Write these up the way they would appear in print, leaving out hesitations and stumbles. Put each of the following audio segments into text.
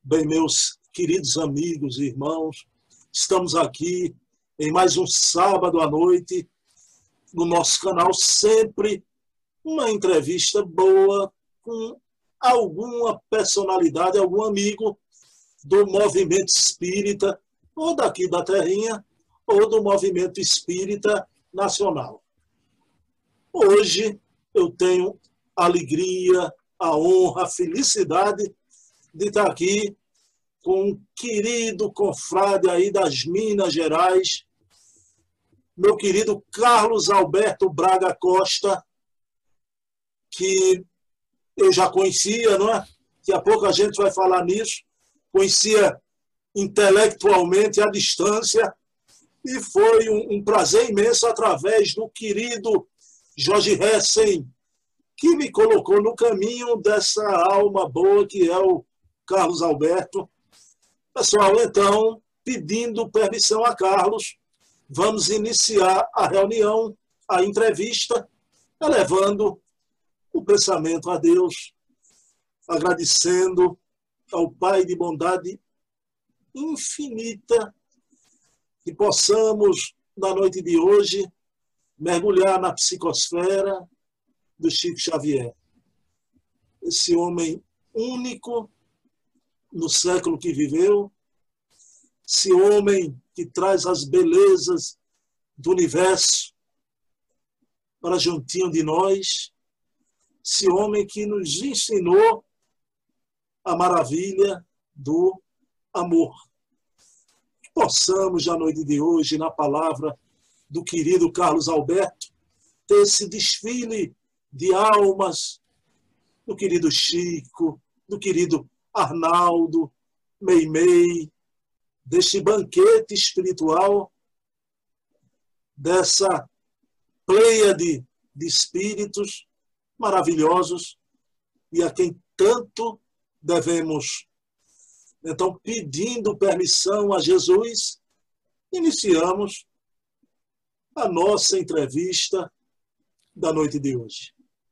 Bem, meus queridos amigos e irmãos, estamos aqui em mais um sábado à noite, no nosso canal, sempre uma entrevista boa com alguma personalidade, algum amigo do movimento espírita, ou daqui da terrinha, ou do movimento espírita nacional. Hoje eu tenho a alegria, a honra, a felicidade de estar aqui com um querido confrade aí das Minas Gerais, meu querido Carlos Alberto Braga Costa, que eu já conhecia, não é? Daqui a pouco a gente vai falar nisso, conhecia intelectualmente à distância, e foi um prazer imenso através do querido Jorge Hessen, que me colocou no caminho dessa alma boa que é o Carlos Alberto. Pessoal, então, pedindo permissão a Carlos, vamos iniciar a reunião, a entrevista, elevando o pensamento a Deus, agradecendo ao Pai de bondade infinita, que possamos, na noite de hoje, mergulhar na psicosfera do Chico Xavier. Esse homem único no século que viveu, esse homem que traz as belezas do universo para juntinho de nós, esse homem que nos ensinou a maravilha do amor. Que possamos, na noite de hoje, na palavra do querido Carlos Alberto, ter esse desfile de almas do querido Chico, do querido Arnaldo, Meimei, deste banquete espiritual, dessa pleiade de espíritos maravilhosos e a quem tanto devemos. Então, pedindo permissão a Jesus, iniciamos a nossa entrevista da noite de hoje.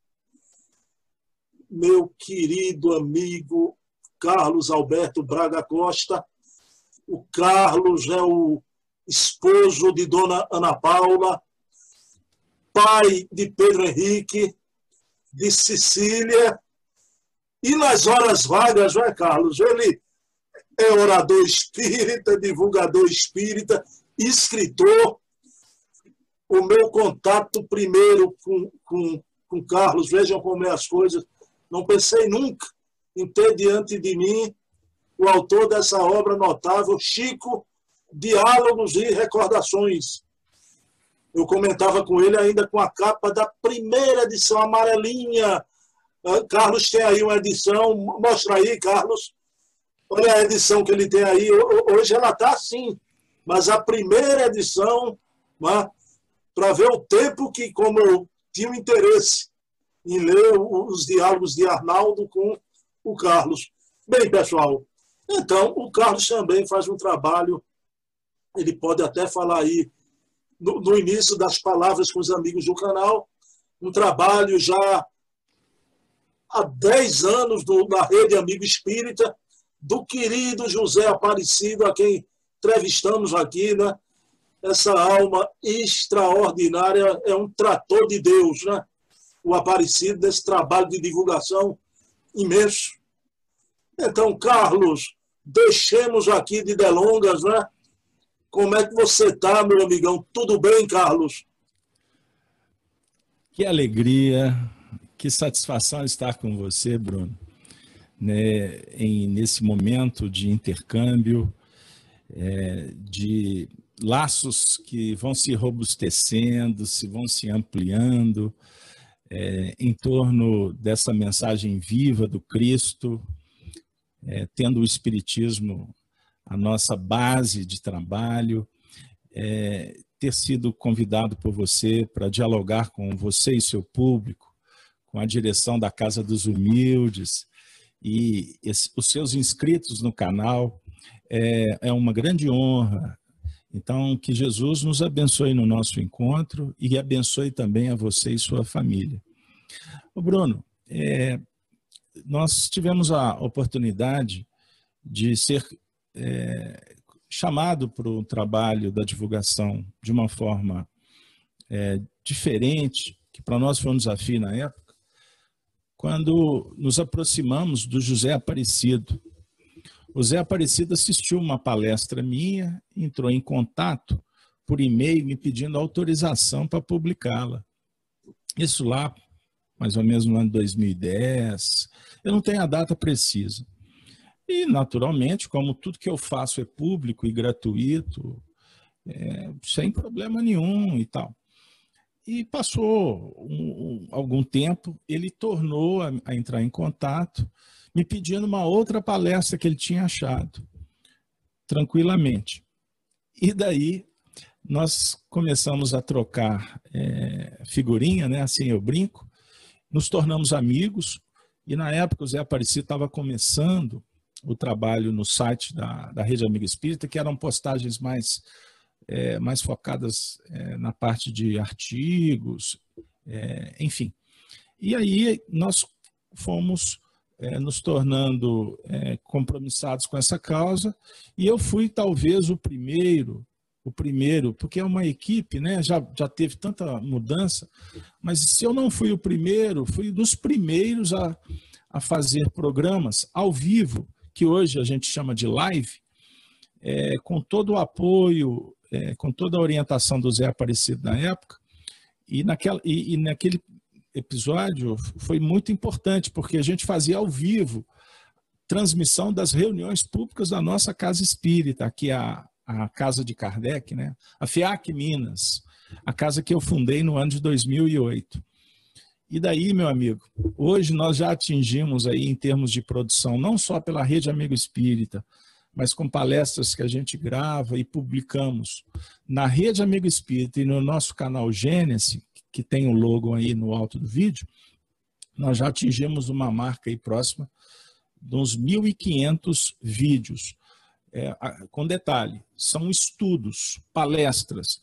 Meu querido amigo Carlos Alberto Braga Costa, o Carlos é o esposo de Dona Ana Paula, pai de Pedro Henrique, de Cecília, e nas horas vagas, não é, Carlos? Ele é orador espírita, divulgador espírita, escritor. O meu contato primeiro com Carlos, vejam como é as coisas, não pensei nunca em ter diante de mim o autor dessa obra notável, Chico, Diálogos e Recordações. Eu comentava com ele ainda com a capa da primeira edição amarelinha. Carlos tem aí uma edição, mostra aí, Carlos. Olha a edição que ele tem aí. Hoje ela está assim, mas a primeira edição, para ver o tempo que, como eu tinha um interesse em ler os diálogos de Arnaldo com o Carlos. Bem, pessoal, então o Carlos também faz um trabalho, ele pode até falar aí no início das palavras com os amigos do canal, um trabalho já há 10 anos da Rede Amigo Espírita, do querido José Aparecido, a quem entrevistamos aqui, né? Essa alma extraordinária, é um trator de Deus, né? O Aparecido, desse trabalho de divulgação imenso. Então, Carlos, deixemos aqui de delongas, né? Como é que você está, meu amigão? Tudo bem, Carlos? Que alegria, que satisfação estar com você, Bruno, né? Nesse momento de intercâmbio, de laços que vão se robustecendo, vão se ampliando em torno dessa mensagem viva do Cristo, tendo o Espiritismo a nossa base de trabalho, ter sido convidado por você para dialogar com você e seu público, com a direção da Casa dos Humildes e os seus inscritos no canal, é uma grande honra. Então, que Jesus nos abençoe no nosso encontro e abençoe também a você e sua família. Ô Bruno, nós tivemos a oportunidade de ser chamado para o trabalho da divulgação de uma forma diferente, que para nós foi um desafio na época, quando nos aproximamos do José Aparecido. O Zé Aparecido assistiu uma palestra minha, entrou em contato por e-mail me pedindo autorização para publicá-la. Isso lá, mais ou menos no ano 2010, eu não tenho a data precisa. E, naturalmente, como tudo que eu faço é público e gratuito, sem problema nenhum e tal. E passou algum tempo, ele tornou a entrar em contato, me pedindo uma outra palestra que ele tinha achado, tranquilamente. E daí nós começamos a trocar figurinha, né? Assim eu brinco, nos tornamos amigos, e na época o Zé Aparecido estava começando o trabalho no site da Rede Amigo Espírita, que eram postagens mais focadas na parte de artigos, enfim. E aí nós fomos nos tornando compromissados com essa causa, e eu fui talvez o primeiro, porque é uma equipe, né? Já teve tanta mudança, mas se eu não fui o primeiro, fui dos primeiros a fazer programas ao vivo, que hoje a gente chama de live, com todo o apoio, com toda a orientação do Zé Aparecido na época, e naquele episódio foi muito importante, porque a gente fazia ao vivo transmissão das reuniões públicas da nossa Casa Espírita, aqui a Casa de Kardec, né? A FIAC Minas, a casa que eu fundei no ano de 2008. E daí, meu amigo, hoje nós já atingimos aí em termos de produção, não só pela Rede Amigo Espírita, mas com palestras que a gente grava e publicamos na Rede Amigo Espírita e no nosso canal Gênesis, que tem o logo aí no alto do vídeo, nós já atingimos uma marca aí próxima de uns 1.500 vídeos. Com detalhe, são estudos, palestras,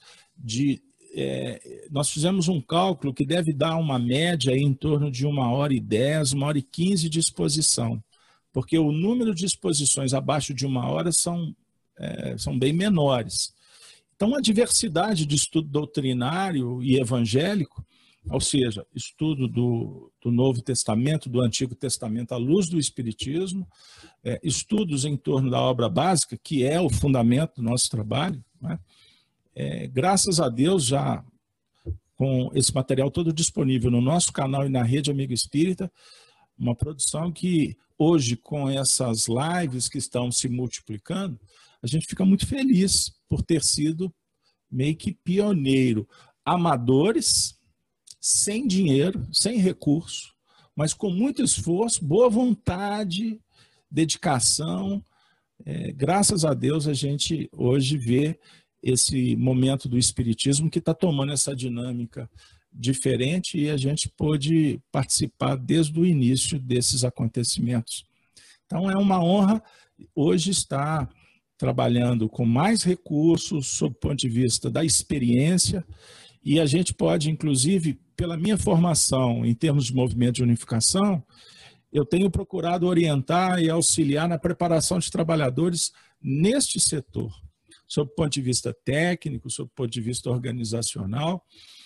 nós fizemos um cálculo que deve dar uma média aí em torno de 1h10, 1h15 de exposição, porque o número de exposições abaixo de 1 hora são bem menores. Então, a diversidade de estudo doutrinário e evangélico, ou seja, estudo do Novo Testamento, do Antigo Testamento à luz do Espiritismo, estudos em torno da obra básica, que é o fundamento do nosso trabalho, né? Graças a Deus, já com esse material todo disponível no nosso canal e na Rede Amigo Espírita, uma produção que hoje, com essas lives que estão se multiplicando, a gente fica muito feliz por ter sido meio que pioneiro. Amadores, sem dinheiro, sem recurso, mas com muito esforço, boa vontade, dedicação. Graças a Deus a gente hoje vê esse momento do Espiritismo que está tomando essa dinâmica diferente e a gente pôde participar desde o início desses acontecimentos. Então é uma honra hoje estar trabalhando com mais recursos sob o ponto de vista da experiência, e a gente pode, inclusive, pela minha formação em termos de movimento de unificação, eu tenho procurado orientar e auxiliar na preparação de trabalhadores neste setor, sob o ponto de vista técnico, sob o ponto de vista organizacional,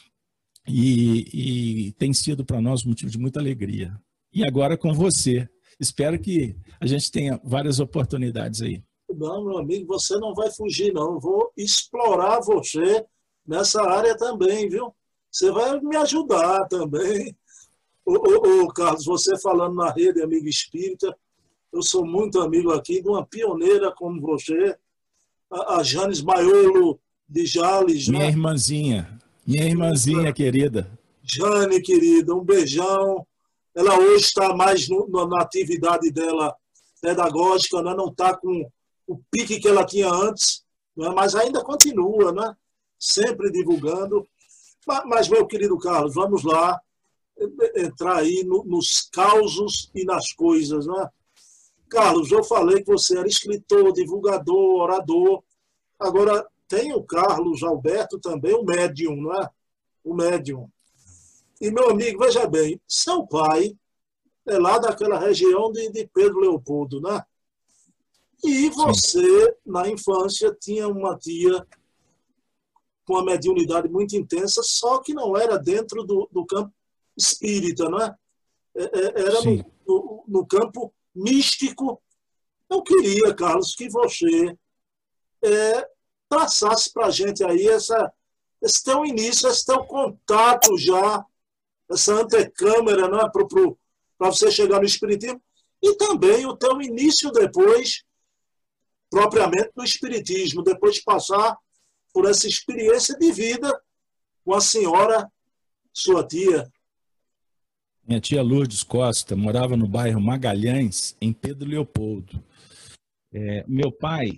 e tem sido para nós motivo de muita alegria. E agora com você. Espero que a gente tenha várias oportunidades aí. Não, meu amigo, você não vai fugir, não. Eu vou explorar você nessa área também, viu? Você vai me ajudar também. Carlos, você falando na Rede Amigo Espírita, eu sou muito amigo aqui de uma pioneira como você, a Janes Maiolo de Jales. Minha irmãzinha querida. Jane, querida, um beijão. Ela hoje está mais na atividade dela pedagógica, né? Não está com o pique que ela tinha antes, né? Mas ainda continua, né? Sempre divulgando. Mas, meu querido Carlos, vamos lá entrar aí nos causos e nas coisas, né? Carlos, eu falei que você era escritor, divulgador, orador. Agora, tem o Carlos Alberto também, o médium, não é? O médium. E, meu amigo, veja bem, seu pai é lá daquela região de Pedro Leopoldo, né? E Sim. você, na infância, tinha uma tia com uma mediunidade muito intensa, só que não era dentro do campo espírita, não é? Era Sim. no campo místico. Eu queria, Carlos, que você traçasse para a gente aí esse teu início, esse teu contato já, essa antecâmara, né, para você chegar no Espiritismo, e também o teu início depois, propriamente, do Espiritismo, depois de passar por essa experiência de vida com a senhora, sua tia. Minha tia Lourdes Costa morava no bairro Magalhães, em Pedro Leopoldo. Meu pai,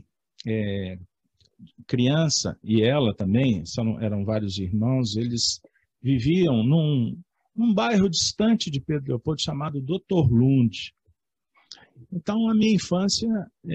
criança, e ela também, eram vários irmãos, eles viviam num bairro distante de Pedro Leopoldo chamado Doutor Lund. Então, a minha infância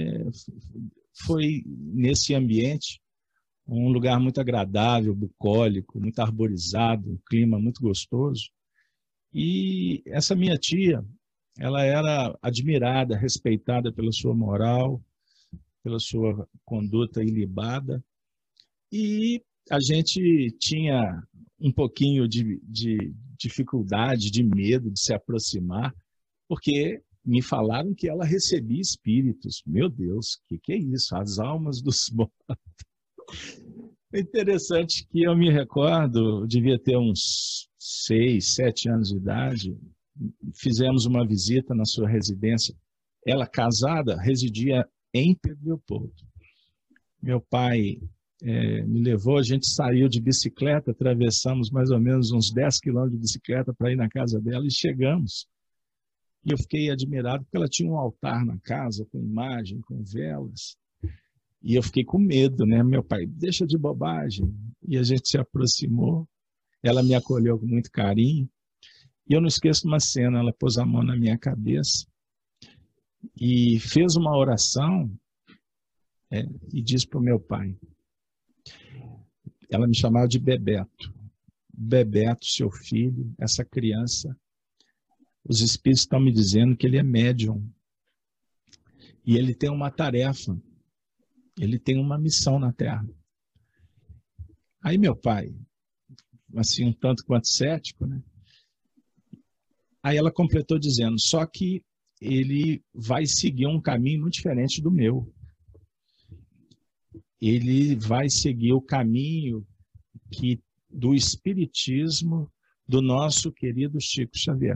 foi nesse ambiente, um lugar muito agradável, bucólico, muito arborizado, um clima muito gostoso. E essa minha tia, ela era admirada, respeitada pela sua moral, pela sua conduta ilibada, e a gente tinha um pouquinho de dificuldade, de medo de se aproximar, porque me falaram que ela recebia espíritos. Meu Deus, o que é isso? As almas dos mortos. É interessante que eu me recordo, devia ter uns 6, 7 anos de idade, fizemos uma visita na sua residência. Ela, casada, residia em Pedro Leopoldo. Meu pai me levou, a gente saiu de bicicleta, atravessamos mais ou menos uns 10 quilômetros de bicicleta para ir na casa dela e chegamos. E eu fiquei admirado porque ela tinha um altar na casa com imagem, com velas. E eu fiquei com medo, né? Meu pai, deixa de bobagem. E a gente se aproximou. Ela me acolheu com muito carinho. E eu não esqueço uma cena, ela pôs a mão na minha cabeça e fez uma oração e disse para o meu pai. Ela me chamava de Bebeto. Bebeto, seu filho, essa criança, os espíritos estão me dizendo que ele é médium. E ele tem uma tarefa. Ele tem uma missão na Terra. Aí meu pai, assim, um tanto quanto cético, né? Aí ela completou dizendo, só que ele vai seguir um caminho muito diferente do meu. Ele vai seguir o caminho do espiritismo do nosso querido Chico Xavier.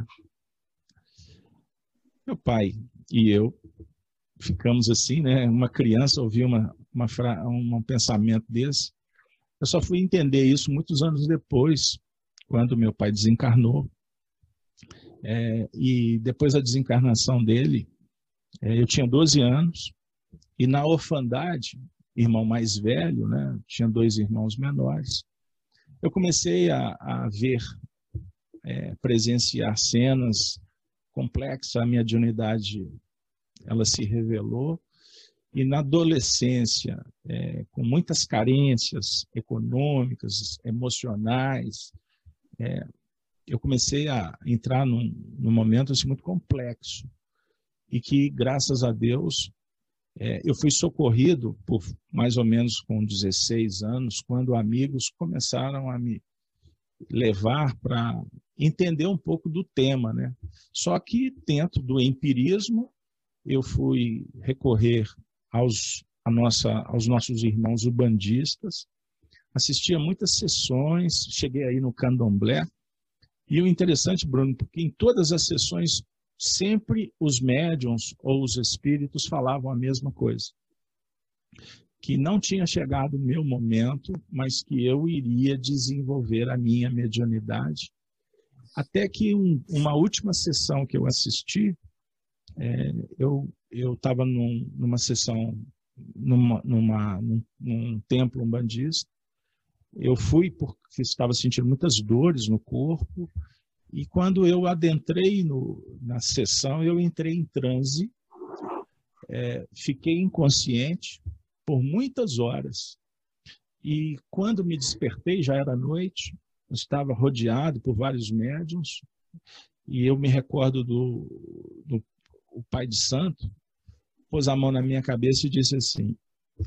Meu pai e eu ficamos assim, né? Uma criança ouvir um pensamento desse. Eu só fui entender isso muitos anos depois, quando meu pai desencarnou. E depois da desencarnação dele, eu tinha 12 anos, e na orfandade, irmão mais velho, né? Tinha 2 irmãos menores, eu comecei a ver, presenciar cenas complexas. A mediunidade, ela se revelou, e na adolescência, com muitas carências econômicas, emocionais, eu comecei a entrar num momento assim, muito complexo, e que, graças a Deus, eu fui socorrido por mais ou menos com 16 anos, quando amigos começaram a me levar para entender um pouco do tema, né? Só que dentro do empirismo, eu fui recorrer aos nossos irmãos ubandistas, assistia muitas sessões, cheguei aí no candomblé, e o interessante, Bruno, porque em todas as sessões, sempre os médiuns ou os espíritos falavam a mesma coisa, que não tinha chegado o meu momento, mas que eu iria desenvolver a minha mediunidade, até que uma última sessão que eu assisti, eu estava numa sessão, num templo umbandista. Eu fui porque estava sentindo muitas dores no corpo, e quando eu adentrei na sessão, eu entrei em transe, fiquei inconsciente por muitas horas. E quando me despertei, já era noite, eu estava rodeado por vários médiuns, e eu me recordo do Pai de Santo, pôs a mão na minha cabeça e disse assim,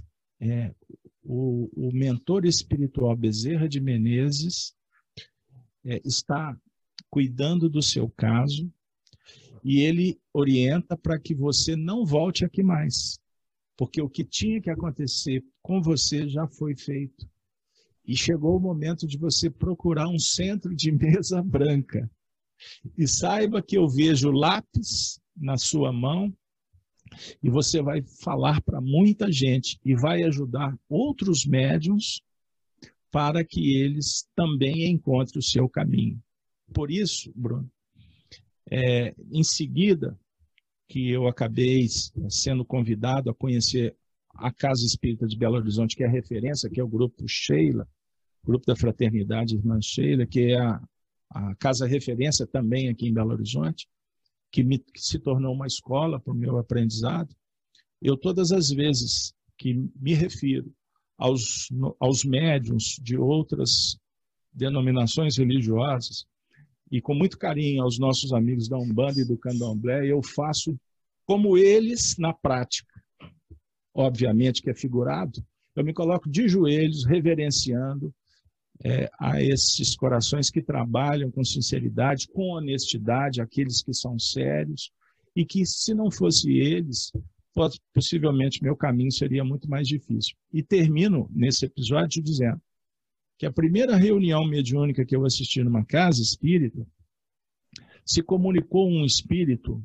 o mentor espiritual Bezerra de Menezes está cuidando do seu caso e ele orienta para que você não volte aqui mais, porque o que tinha que acontecer com você já foi feito. E chegou o momento de você procurar um centro de mesa branca. E saiba que eu vejo lápis na sua mão e você vai falar para muita gente e vai ajudar outros médiuns para que eles também encontrem o seu caminho. Por isso, Bruno, em seguida que eu acabei sendo convidado a conhecer a Casa Espírita de Belo Horizonte, que é a referência, que é o Grupo Sheila, Grupo da Fraternidade Irmã Sheila, que é a casa referência também aqui em Belo Horizonte, que se tornou uma escola para o meu aprendizado. Eu, todas as vezes que me refiro aos médiuns de outras denominações religiosas, e com muito carinho aos nossos amigos da Umbanda e do Candomblé, eu faço como eles na prática. Obviamente que é figurado, eu me coloco de joelhos, reverenciando a esses corações que trabalham com sinceridade, com honestidade, aqueles que são sérios, e que se não fosse eles, possivelmente meu caminho seria muito mais difícil. E termino nesse episódio dizendo que a primeira reunião mediúnica que eu assisti numa casa espírita, se comunicou um espírito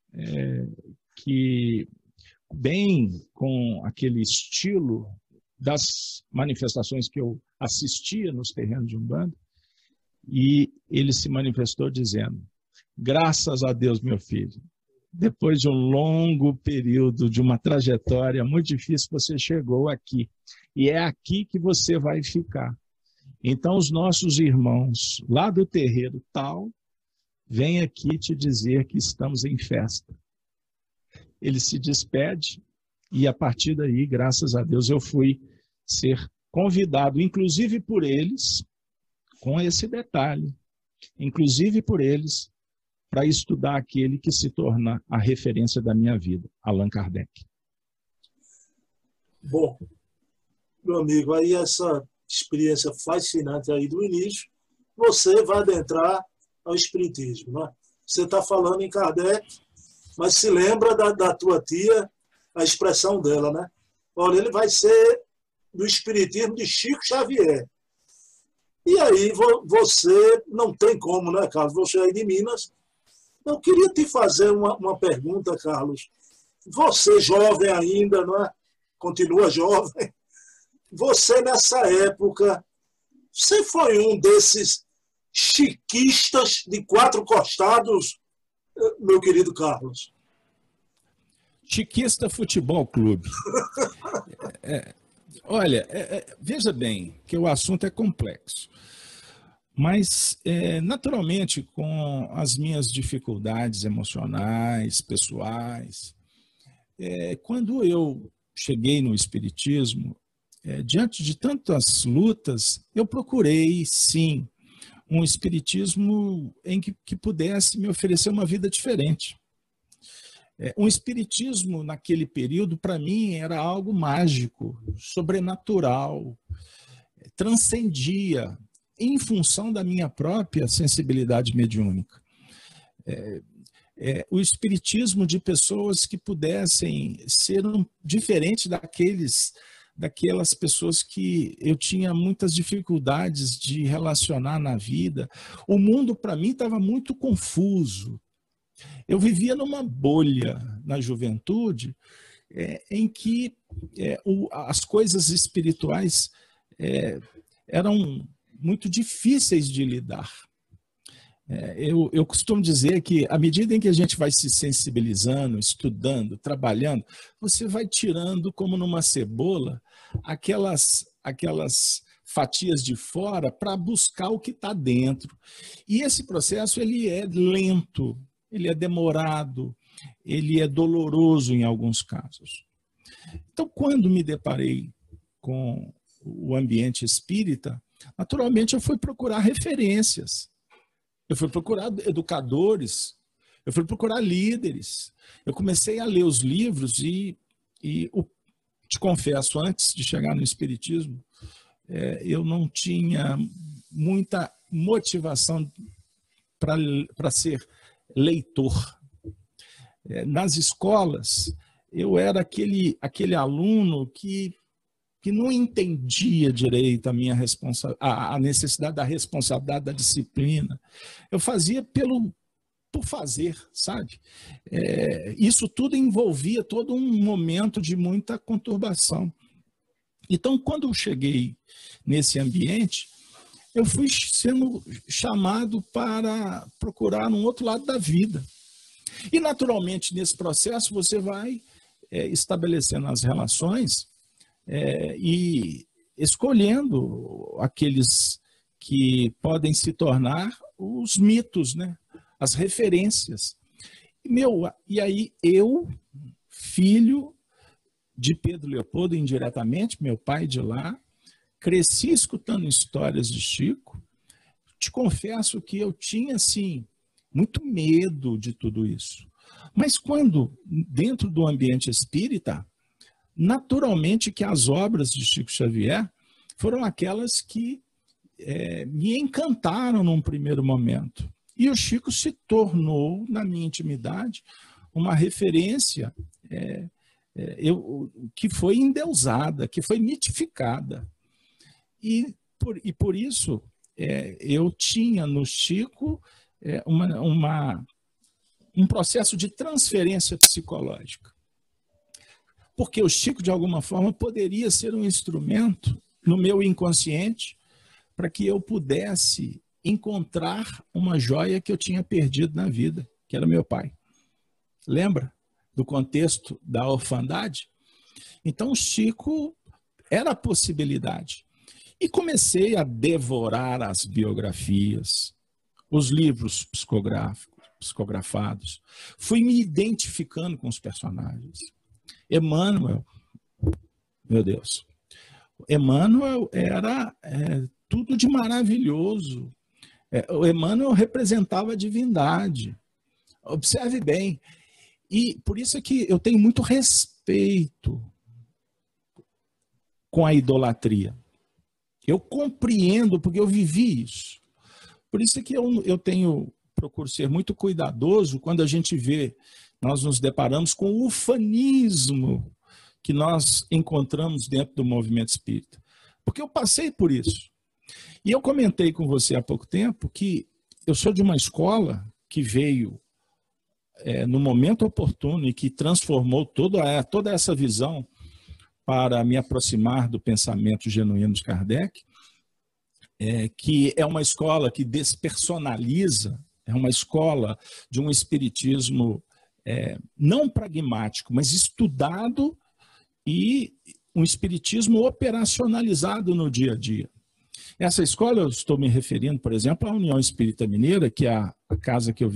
que, bem com aquele estilo das manifestações que eu assistia nos terrenos de Umbanda, e ele se manifestou dizendo: graças a Deus, meu filho, depois de um longo período, de uma trajetória muito difícil, você chegou aqui, e é aqui que você vai ficar. Então, os nossos irmãos lá do terreiro tal, vêm aqui te dizer que estamos em festa. Ele se despede e, a partir daí, graças a Deus, eu fui ser convidado, inclusive por eles, com esse detalhe, inclusive por eles, para estudar aquele que se torna a referência da minha vida, Allan Kardec. Bom, meu amigo, aí essa experiência fascinante aí do início, você vai adentrar ao Espiritismo, né? Você está falando em Kardec, mas se lembra da tua tia, a expressão dela, né? Olha, ele vai ser do Espiritismo de Chico Xavier. E aí você não tem como, né, Carlos? Você é de Minas. Eu queria te fazer uma pergunta, Carlos. Você, jovem ainda, não é? Continua jovem. Você, nessa época, você foi um desses chiquistas de 4 costados, meu querido Carlos? Chiquista Futebol Clube. Olha, veja bem que o assunto é complexo, mas naturalmente com as minhas dificuldades emocionais, pessoais, quando eu cheguei no Espiritismo, diante de tantas lutas, eu procurei, sim, um Espiritismo em que pudesse me oferecer uma vida diferente. Um espiritismo naquele período, para mim, era algo mágico, sobrenatural, transcendia, em função da minha própria sensibilidade mediúnica. O espiritismo de pessoas que pudessem ser diferente daquelas pessoas que eu tinha muitas dificuldades de relacionar na vida. O mundo, para mim, estava muito confuso. Eu vivia numa bolha na juventude em que as coisas espirituais eram muito difíceis de lidar. Eu costumo dizer que, à medida em que a gente vai se sensibilizando, estudando, trabalhando, você vai tirando, como numa cebola, aquelas fatias de fora para buscar o que está dentro. E esse processo ele é lento, ele é demorado, ele é doloroso em alguns casos. Então, quando me deparei com o ambiente espírita, naturalmente eu fui procurar referências. Eu fui procurar educadores Eu fui procurar líderes. Eu comecei a ler os livros te confesso, antes de chegar no Espiritismo, eu não tinha muita motivação para ser leitor. Nas escolas, eu era aquele aluno que não entendia direito a necessidade da responsabilidade da disciplina. Eu fazia por fazer, sabe? Isso tudo envolvia todo um momento de muita conturbação. Então, quando eu cheguei nesse ambiente, eu fui sendo chamado para procurar um outro lado da vida. E, naturalmente, nesse processo, você vai estabelecendo as relações e escolhendo aqueles que podem se tornar os mitos, né? As referências. E aí eu, filho de Pedro Leopoldo, indiretamente, meu pai de lá, cresci escutando histórias de Chico. Te confesso que eu tinha, assim, muito medo de tudo isso. Mas quando, dentro do ambiente espírita, naturalmente que as obras de Chico Xavier foram aquelas que me encantaram num primeiro momento. E o Chico se tornou, na minha intimidade, uma referência que foi endeusada, que foi mitificada. E por isso eu tinha no Chico um processo de transferência psicológica. Porque o Chico, de alguma forma, poderia ser um instrumento no meu inconsciente para que eu pudesse encontrar uma joia que eu tinha perdido na vida, que era meu pai. Lembra do contexto da orfandade? Então, o Chico era a possibilidade. E comecei a devorar as biografias, os livros psicografados. Fui me identificando com os personagens. Emmanuel, meu Deus, Emmanuel era tudo de maravilhoso. O Emmanuel representava a divindade. Observe bem. E por isso é que eu tenho muito respeito com a idolatria. Eu compreendo, porque eu vivi isso. Por isso é que eu procuro ser muito cuidadoso quando a gente vê, nós nos deparamos com o ufanismo que nós encontramos dentro do movimento espírita. Porque eu passei por isso. E eu comentei com você há pouco tempo que eu sou de uma escola que veio no momento oportuno e que transformou toda essa visão para me aproximar do pensamento genuíno de Kardec, que é uma escola que despersonaliza, é uma escola de um espiritismo não pragmático, mas estudado e um espiritismo operacionalizado no dia a dia. Essa escola, eu estou me referindo, por exemplo, à União Espírita Mineira, que é a casa que eu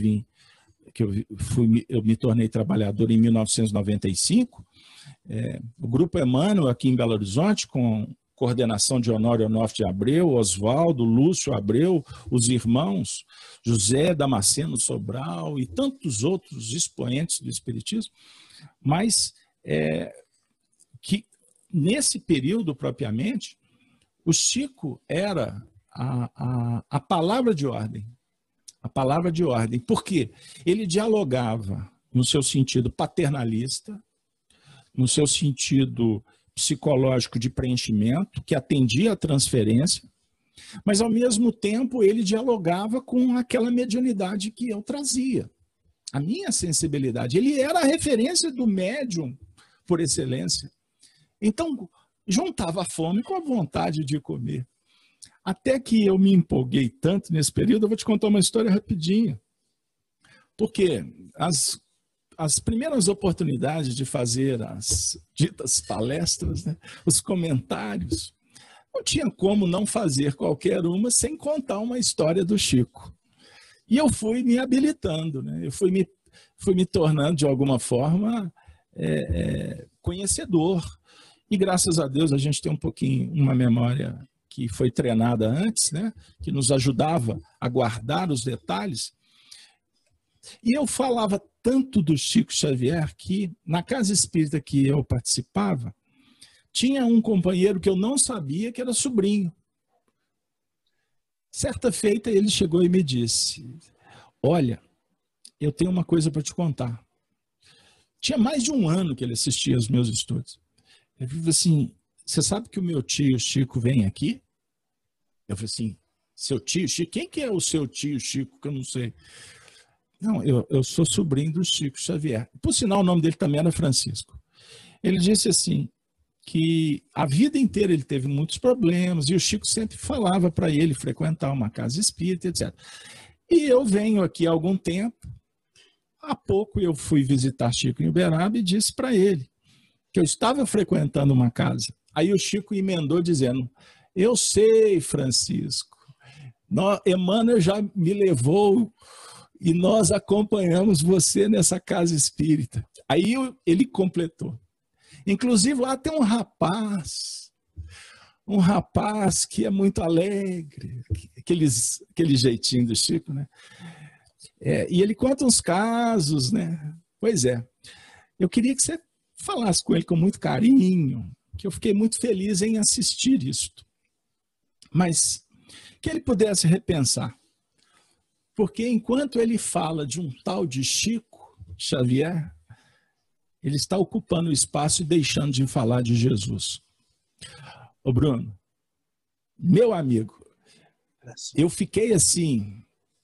me tornei trabalhador em 1995. O Grupo Emmanuel, aqui em Belo Horizonte, com coordenação de Honório Onofre de Abreu, Oswaldo, Lúcio Abreu, os irmãos José Damasceno Sobral e tantos outros expoentes do espiritismo, mas que nesse período propriamente, o Chico era a palavra de ordem. A palavra de ordem. Por quê? Ele dialogava no seu sentido paternalista, no seu sentido psicológico de preenchimento, que atendia à transferência, mas, ao mesmo tempo, ele dialogava com aquela mediunidade que eu trazia, a minha sensibilidade. Ele era a referência do médium por excelência. Então, juntava a fome com a vontade de comer. Até que eu me empolguei tanto nesse período, eu vou te contar uma história rapidinha. Porque as primeiras oportunidades de fazer as ditas palestras, né, os comentários, não tinha como não fazer qualquer uma sem contar uma história do Chico. E eu fui me habilitando, né? Eu fui me tornando, de alguma forma, conhecedor. E, graças a Deus, a gente tem uma memória que foi treinada antes, né? Que nos ajudava a guardar os detalhes. E eu falava tanto do Chico Xavier que, na casa espírita que eu participava, tinha um companheiro que eu não sabia que era sobrinho. Certa feita, ele chegou e me disse: olha, eu tenho uma coisa para te contar. Tinha mais de um ano que ele assistia aos meus estudos. Ele falou assim: você sabe que o meu tio Chico vem aqui? Eu falei assim: seu tio Chico? Quem que é o seu tio Chico, que eu não sei? Não, eu sou sobrinho do Chico Xavier. Por sinal, o nome dele também era Francisco. Ele disse assim, que a vida inteira ele teve muitos problemas e o Chico sempre falava para ele frequentar uma casa espírita, etc. E eu venho aqui há algum tempo, há pouco eu fui visitar Chico em Uberaba e disse para ele que eu estava frequentando uma casa. Aí o Chico emendou dizendo: eu sei, Francisco, Emmanuel já me levou e nós acompanhamos você nessa casa espírita. Aí ele completou: inclusive lá tem um rapaz que é muito alegre, aquele jeitinho do Chico, né? E ele conta uns casos, né? Pois é, eu queria que você falasse com ele com muito carinho, que eu fiquei muito feliz em assistir isto, mas que ele pudesse repensar, porque enquanto ele fala de um tal de Chico Xavier, ele está ocupando o espaço e deixando de falar de Jesus. Ô Bruno, meu amigo, eu fiquei assim,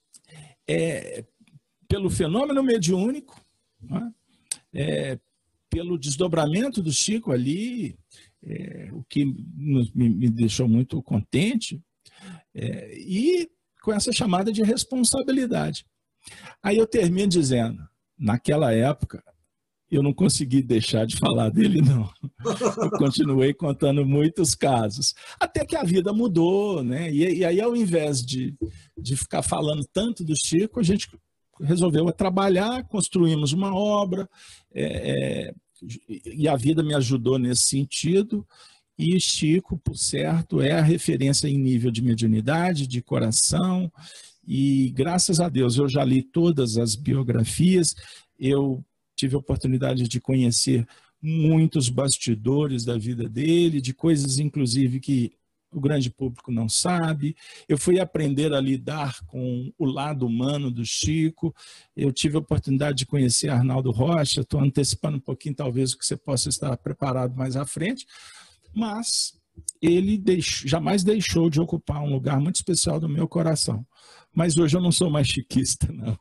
pelo fenômeno mediúnico, né? Pelo desdobramento do Chico ali, o que me deixou muito contente, e com essa chamada de responsabilidade. Aí eu termino dizendo, naquela época, eu não consegui deixar de falar dele, não. Eu continuei contando muitos casos. Até que a vida mudou, né? E aí, ao invés de ficar falando tanto do Chico, a gente resolveu trabalhar, construímos uma obra, e a vida me ajudou nesse sentido. E Chico, por certo, é a referência em nível de mediunidade, de coração. E, graças a Deus, eu já li todas as biografias, eu tive a oportunidade de conhecer muitos bastidores da vida dele, de coisas, inclusive, que o grande público não sabe. Eu fui aprender a lidar com o lado humano do Chico. Eu tive a oportunidade de conhecer Arnaldo Rocha. Estou antecipando um pouquinho, talvez, o que você possa estar preparado mais à frente. Mas ele jamais deixou de ocupar um lugar muito especial do meu coração. Mas hoje eu não sou mais chiquista, não.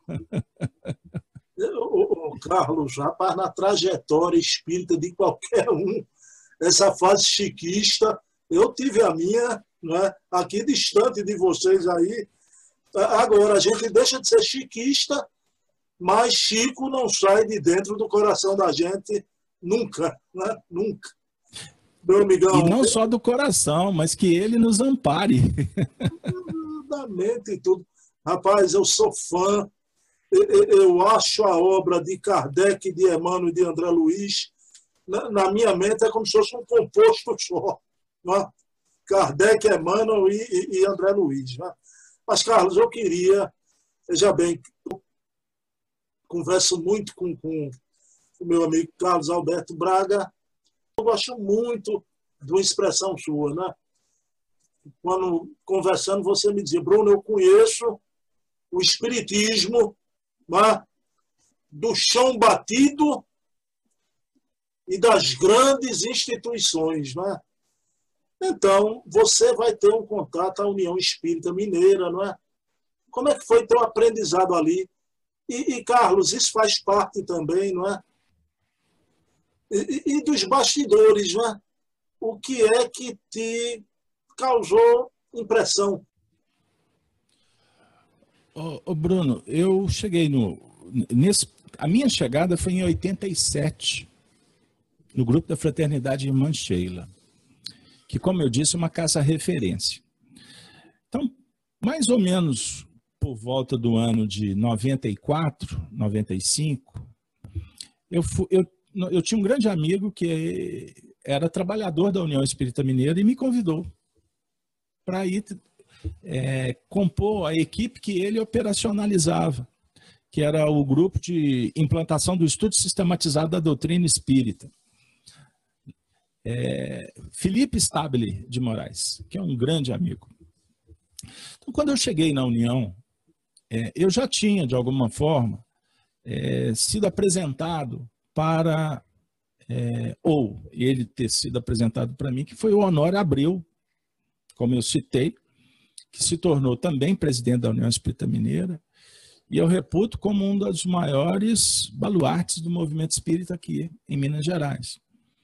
Carlos, rapaz, na trajetória espírita de qualquer um, essa fase chiquista, eu tive a minha, né, aqui distante de vocês aí. Agora, a gente deixa de ser chiquista, mas Chico não sai de dentro do coração da gente nunca, né? Nunca. Meu amigão, e não só do coração, mas que ele nos ampare. Da mente e tudo. Rapaz, eu sou fã. Eu acho a obra de Kardec, de Emmanuel e de André Luiz, na minha mente é como se fosse um composto só. Né? Kardec, Emmanuel e André Luiz. Né? Mas, Carlos, eu queria, veja bem, eu converso muito com o meu amigo Carlos Alberto Braga. Eu gosto muito de uma expressão sua, né? Quando conversando, você me dizia: Bruno, eu conheço o espiritismo, né, do chão batido e das grandes instituições, né? Então, você vai ter um contato à União Espírita Mineira, não é? Como é que foi teu aprendizado ali? E Carlos, isso faz parte também, não é? E dos bastidores, não é? O que é que te causou impressão? Ô Bruno, eu cheguei a minha chegada foi em 87, no grupo da Fraternidade Irmã Sheila, que, como eu disse, é uma casa referência. Então, mais ou menos por volta do ano de 94, 95, eu tinha um grande amigo que era trabalhador da União Espírita Mineira e me convidou para ir compor a equipe que ele operacionalizava, que era o grupo de implantação do estudo sistematizado da doutrina espírita. Felipe Stabile de Moraes, que é um grande amigo. Então, quando eu cheguei na União, eu já tinha, de alguma forma, sido apresentado para, ou ele ter sido apresentado para mim, que foi o Honório Abreu, como eu citei, que se tornou também presidente da União Espírita Mineira, e eu reputo como um dos maiores baluartes do movimento espírita aqui em Minas Gerais.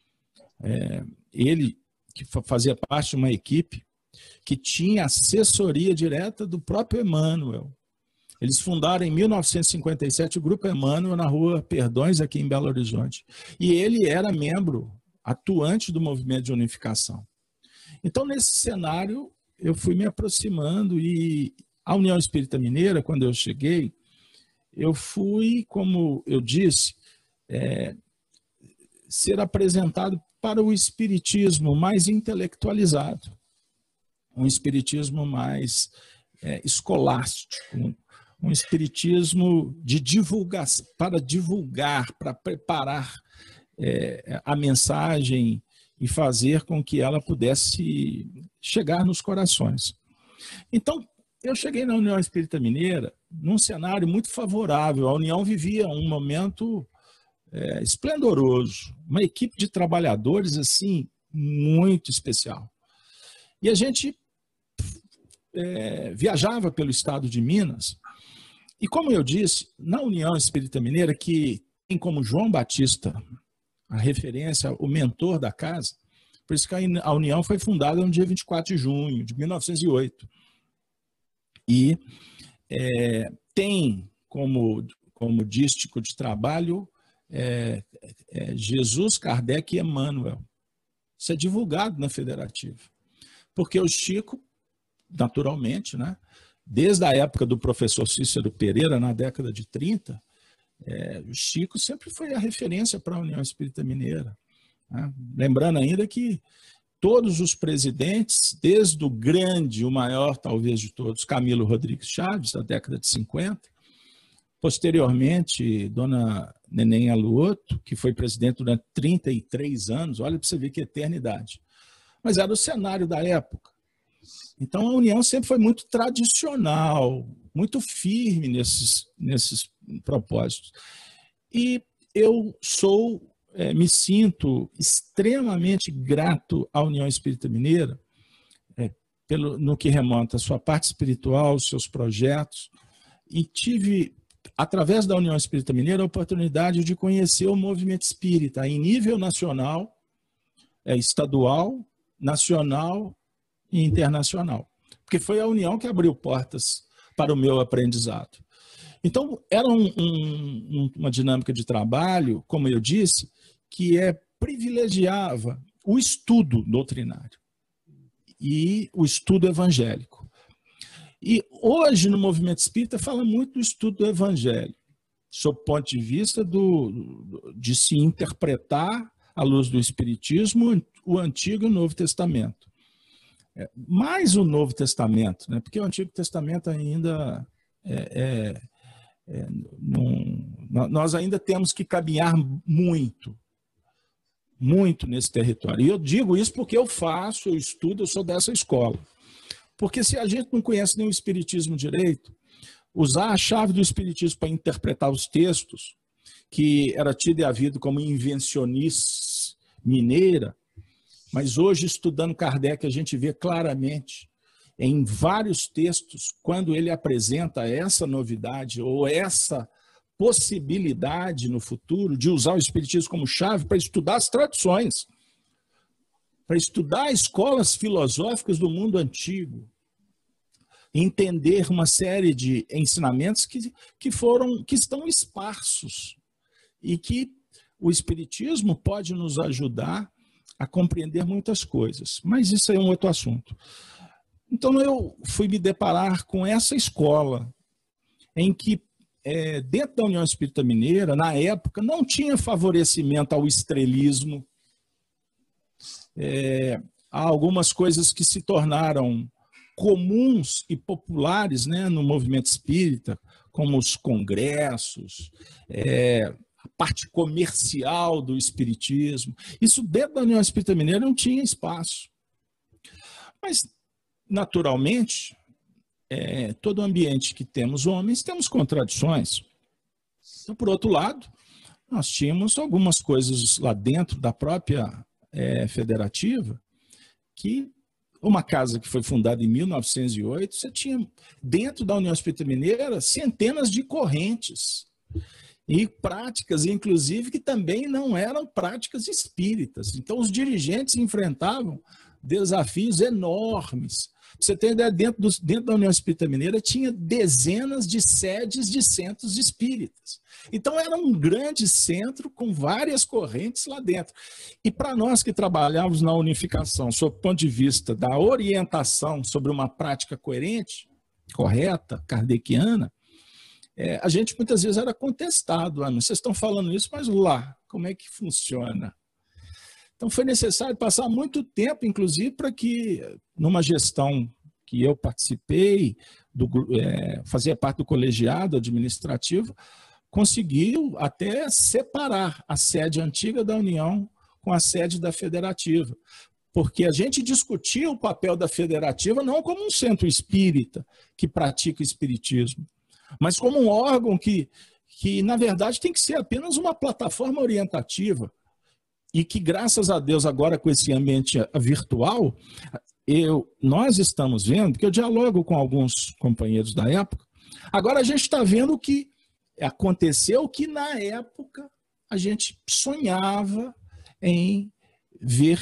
Ele, que fazia parte de uma equipe que tinha assessoria direta do próprio Emmanuel. Eles fundaram em 1957 o Grupo Emmanuel na Rua Perdões, aqui em Belo Horizonte. E ele era membro atuante do movimento de unificação. Então, nesse cenário, eu fui me aproximando e a União Espírita Mineira, quando eu cheguei, eu fui, como eu disse, ser apresentado para o espiritismo mais intelectualizado, um espiritismo mais escolástico, um espiritismo de divulgação, para divulgar, para preparar a mensagem e fazer com que ela pudesse chegar nos corações. Então, eu cheguei na União Espírita Mineira num cenário muito favorável. A União vivia um momento esplendoroso, uma equipe de trabalhadores assim muito especial. E a gente viajava pelo estado de Minas, e como eu disse, na União Espírita Mineira, que tem como João Batista a referência, o mentor da casa, por isso que a União foi fundada no dia 24 de junho de 1908. E tem como dístico de trabalho Jesus, Kardec e Emmanuel. Isso é divulgado na Federativa. Porque o Chico, naturalmente, né, desde a época do professor Cícero Pereira, na década de 30, o Chico sempre foi a referência para a União Espírita Mineira. Né? Lembrando ainda que todos os presidentes, desde o grande, o maior talvez de todos, Camilo Rodrigues Chaves, da década de 50, posteriormente, Dona Neném Aluoto, que foi presidente durante 33 anos, olha para você ver que eternidade. Mas era o cenário da época. Então, a União sempre foi muito tradicional, muito firme nesses propósitos. E eu me sinto extremamente grato à União Espírita Mineira, no que remonta à sua parte espiritual, aos seus projetos, e tive, através da União Espírita Mineira, a oportunidade de conhecer o movimento espírita em nível nacional, estadual, nacional e internacional. Porque foi a União que abriu portas para o meu aprendizado. Então, era uma dinâmica de trabalho, como eu disse, que privilegiava o estudo doutrinário e o estudo evangélico. E hoje, no movimento espírita, fala muito do estudo do evangelho, sob o ponto de vista de se interpretar, à luz do espiritismo, o Antigo e o Novo Testamento. Mais o Novo Testamento, né? Porque o Antigo Testamento ainda nós ainda temos que caminhar muito nesse território. E eu digo isso porque eu estudo, eu sou dessa escola. Porque se a gente não conhece nem o espiritismo direito, usar a chave do espiritismo para interpretar os textos, que era tido e havido como invencionice mineira, mas hoje, estudando Kardec, a gente vê claramente, em vários textos, quando ele apresenta essa novidade ou essa possibilidade no futuro de usar o espiritismo como chave para estudar as tradições, para estudar escolas filosóficas do mundo antigo, entender uma série de ensinamentos que estão esparsos e que o espiritismo pode nos ajudar a compreender muitas coisas, mas isso é um outro assunto. Então eu fui me deparar com essa escola em que dentro da União Espírita Mineira, na época, não tinha favorecimento ao estrelismo. Há algumas coisas que se tornaram comuns e populares, né, no movimento espírita, como os congressos, a parte comercial do espiritismo. Isso dentro da União Espírita Mineira não tinha espaço. Mas, naturalmente, todo ambiente que temos homens, temos contradições. Então, por outro lado, nós tínhamos algumas coisas lá dentro da própria federativa, que uma casa que foi fundada em 1908, você tinha dentro da União Espírita Mineira centenas de correntes e práticas, inclusive, que também não eram práticas espíritas. Então, os dirigentes enfrentavam desafios enormes. Você tem ideia, dentro da União Espírita Mineira tinha dezenas de sedes de centros espíritas. Então era um grande centro com várias correntes lá dentro. E para nós que trabalhávamos na unificação, sob o ponto de vista da orientação sobre uma prática coerente, correta, kardeciana, a gente muitas vezes era contestado. Vocês estão falando isso, mas lá, como é que funciona? Então, foi necessário passar muito tempo, inclusive, para que, numa gestão que eu participei, fazia parte do colegiado administrativo, conseguiu até separar a sede antiga da União com a sede da Federativa. Porque a gente discutia o papel da Federativa não como um centro espírita que pratica espiritismo, mas como um órgão que na verdade, tem que ser apenas uma plataforma orientativa. E que, graças a Deus, agora com esse ambiente virtual, nós estamos vendo, que eu dialogo com alguns companheiros da época, agora a gente está vendo que aconteceu que, na época, a gente sonhava em ver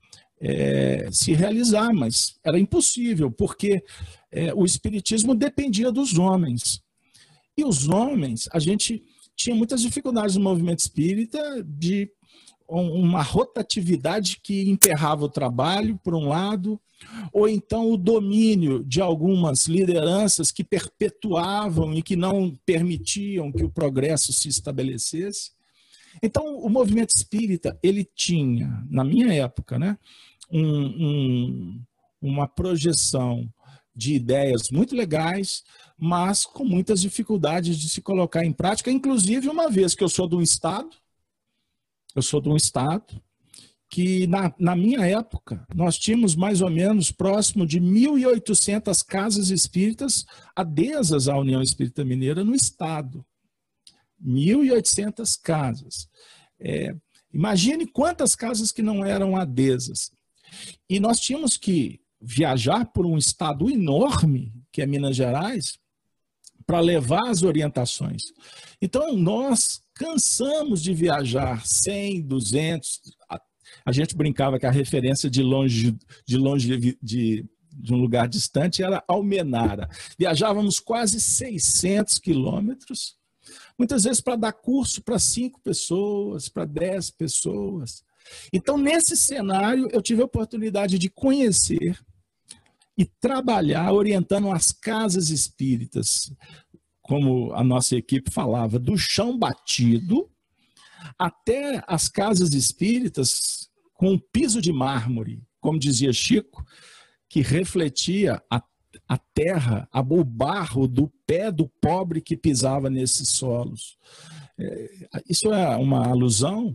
se realizar, mas era impossível, porque o espiritismo dependia dos homens. E os homens, a gente tinha muitas dificuldades no movimento espírita de uma rotatividade que emperrava o trabalho, por um lado, ou então o domínio de algumas lideranças que perpetuavam e que não permitiam que o progresso se estabelecesse. Então, o movimento espírita, ele tinha, na minha época, né, uma projeção de ideias muito legais, mas com muitas dificuldades de se colocar em prática, inclusive uma vez que eu sou de um estado que, na minha época, nós tínhamos mais ou menos próximo de 1.800 casas espíritas adesas à União Espírita Mineira no estado. 1.800 casas. Imagine quantas casas que não eram adesas. E nós tínhamos que viajar por um estado enorme, que é Minas Gerais, para levar as orientações. Então, nós cansamos de viajar 100, 200, a gente brincava que a referência de um lugar distante era Almenara. Viajávamos quase 600 quilômetros, muitas vezes para dar curso para 5 pessoas, para 10 pessoas. Então, nesse cenário, eu tive a oportunidade de conhecer e trabalhar orientando as casas espíritas, como a nossa equipe falava, do chão batido até as casas espíritas com um piso de mármore, como dizia Chico, que refletia a terra, o barro do pé do pobre que pisava nesses solos. Isso é uma alusão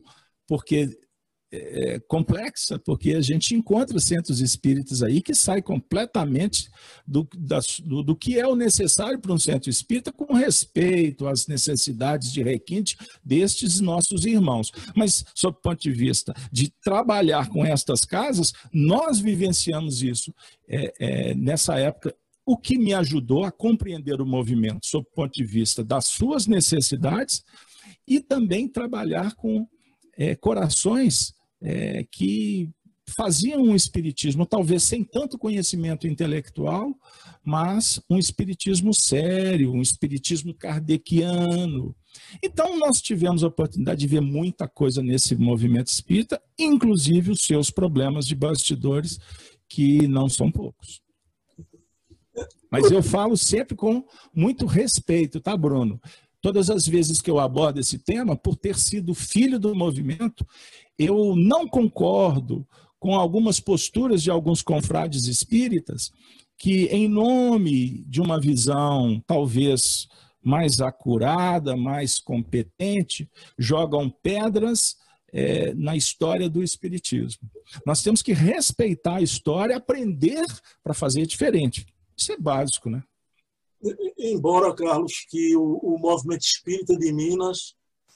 complexa, porque a gente encontra centros espíritas aí que saem completamente do que é o necessário para um centro espírita, com respeito às necessidades de requinte destes nossos irmãos. Mas, sob o ponto de vista de trabalhar com estas casas, nós vivenciamos isso nessa época, o que me ajudou a compreender o movimento sob o ponto de vista das suas necessidades e também trabalhar com corações que faziam um espiritismo, talvez sem tanto conhecimento intelectual, mas um espiritismo sério, um espiritismo kardeciano. Então, nós tivemos a oportunidade de ver muita coisa nesse movimento espírita, inclusive os seus problemas de bastidores, que não são poucos. Mas eu falo sempre com muito respeito, tá, Bruno? Todas as vezes que eu abordo esse tema, por ter sido filho do movimento, eu não concordo com algumas posturas de alguns confrades espíritas que, em nome de uma visão talvez mais acurada, mais competente, jogam pedras na história do espiritismo. Nós temos que respeitar a história, aprender para fazer diferente. Isso é básico, né? Embora, Carlos, que o movimento espírita de Minas,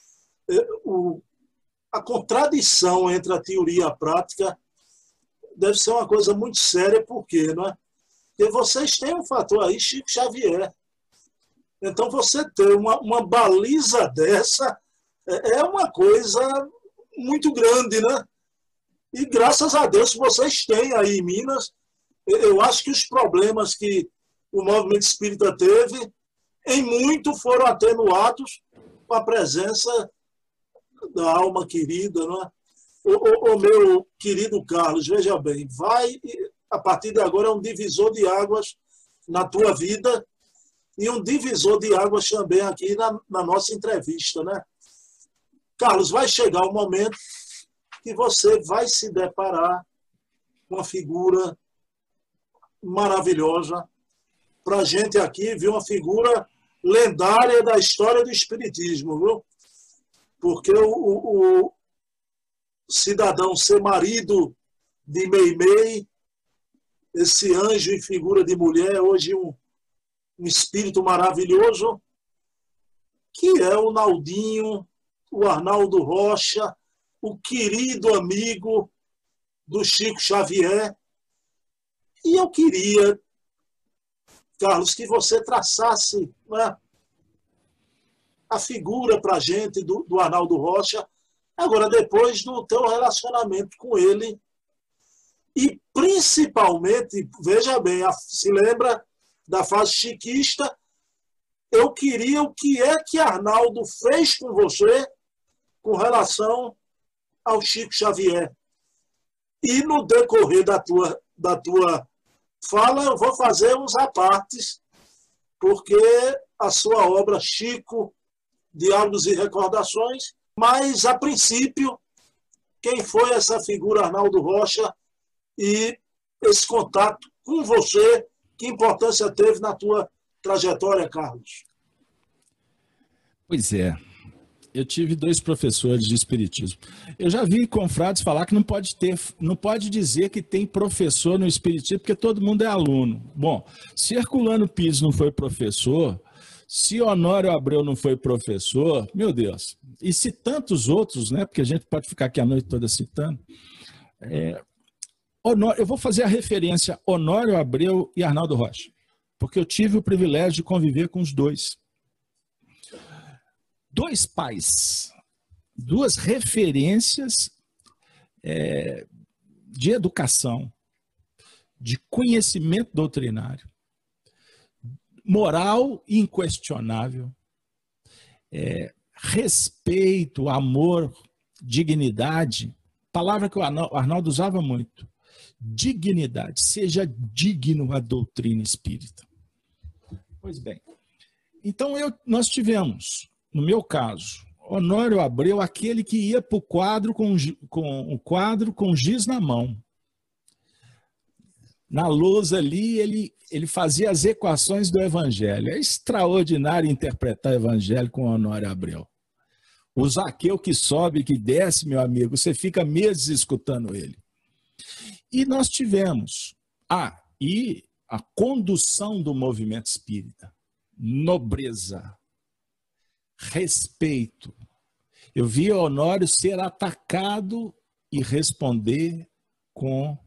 a contradição entre a teoria e a prática deve ser uma coisa muito séria, porque, não é? Porque vocês têm um fator aí, Chico Xavier. Então, você ter uma baliza dessa é uma coisa muito grande, né? E graças a Deus vocês têm aí em Minas. Eu acho que os problemas que o movimento espírita teve, em muito foram atenuados com a presença da alma querida, não é? O meu querido Carlos, veja bem, a partir de agora é um divisor de águas na tua vida e um divisor de águas também aqui na nossa entrevista, né? Carlos, vai chegar um momento que você vai se deparar com uma figura maravilhosa. Para a gente aqui, viu, uma figura lendária da história do espiritismo, viu? Porque o cidadão ser marido de Meimei, esse anjo em figura de mulher, hoje um espírito maravilhoso, que é o Naldinho, o Arnaldo Rocha, o querido amigo do Chico Xavier. E eu queria, Carlos, que você traçasse, né, a figura para a gente do Arnaldo Rocha, agora depois do teu relacionamento com ele. E principalmente, veja bem, se lembra da fase chiquista, eu queria o que é que Arnaldo fez com você com relação ao Chico Xavier. E no decorrer da tua fala, eu vou fazer uns apartes, porque a sua obra Chico, Diálogos e Recordações, mas, a princípio, quem foi essa figura Arnaldo Rocha e esse contato com você, que importância teve na tua trajetória, Carlos? Pois é. Eu tive 2 professores de espiritismo. Eu já vi confrades falar que não pode dizer que tem professor no espiritismo, porque todo mundo é aluno. Bom, se Herculano Pires não foi professor, se Honório Abreu não foi professor, meu Deus, e se tantos outros, né? Porque a gente pode ficar aqui a noite toda citando. Eu vou fazer a referência Honório Abreu e Arnaldo Rocha, porque eu tive o privilégio de conviver com os 2. 2 pais, 2 referências de educação, de conhecimento doutrinário, moral inquestionável, respeito, amor, dignidade, palavra que o Arnaldo usava muito, dignidade, seja digno a doutrina espírita. Pois bem, então nós tivemos, no meu caso, Honório Abreu, aquele que ia para o quadro com o quadro com giz na mão. Na lousa ali, ele fazia as equações do Evangelho. É extraordinário interpretar o Evangelho com Honório Abreu. O Zaqueu que sobe, que desce, meu amigo, você fica meses escutando ele. E nós tivemos e a condução do movimento espírita, nobreza, respeito. Eu vi Honório ser atacado e responder com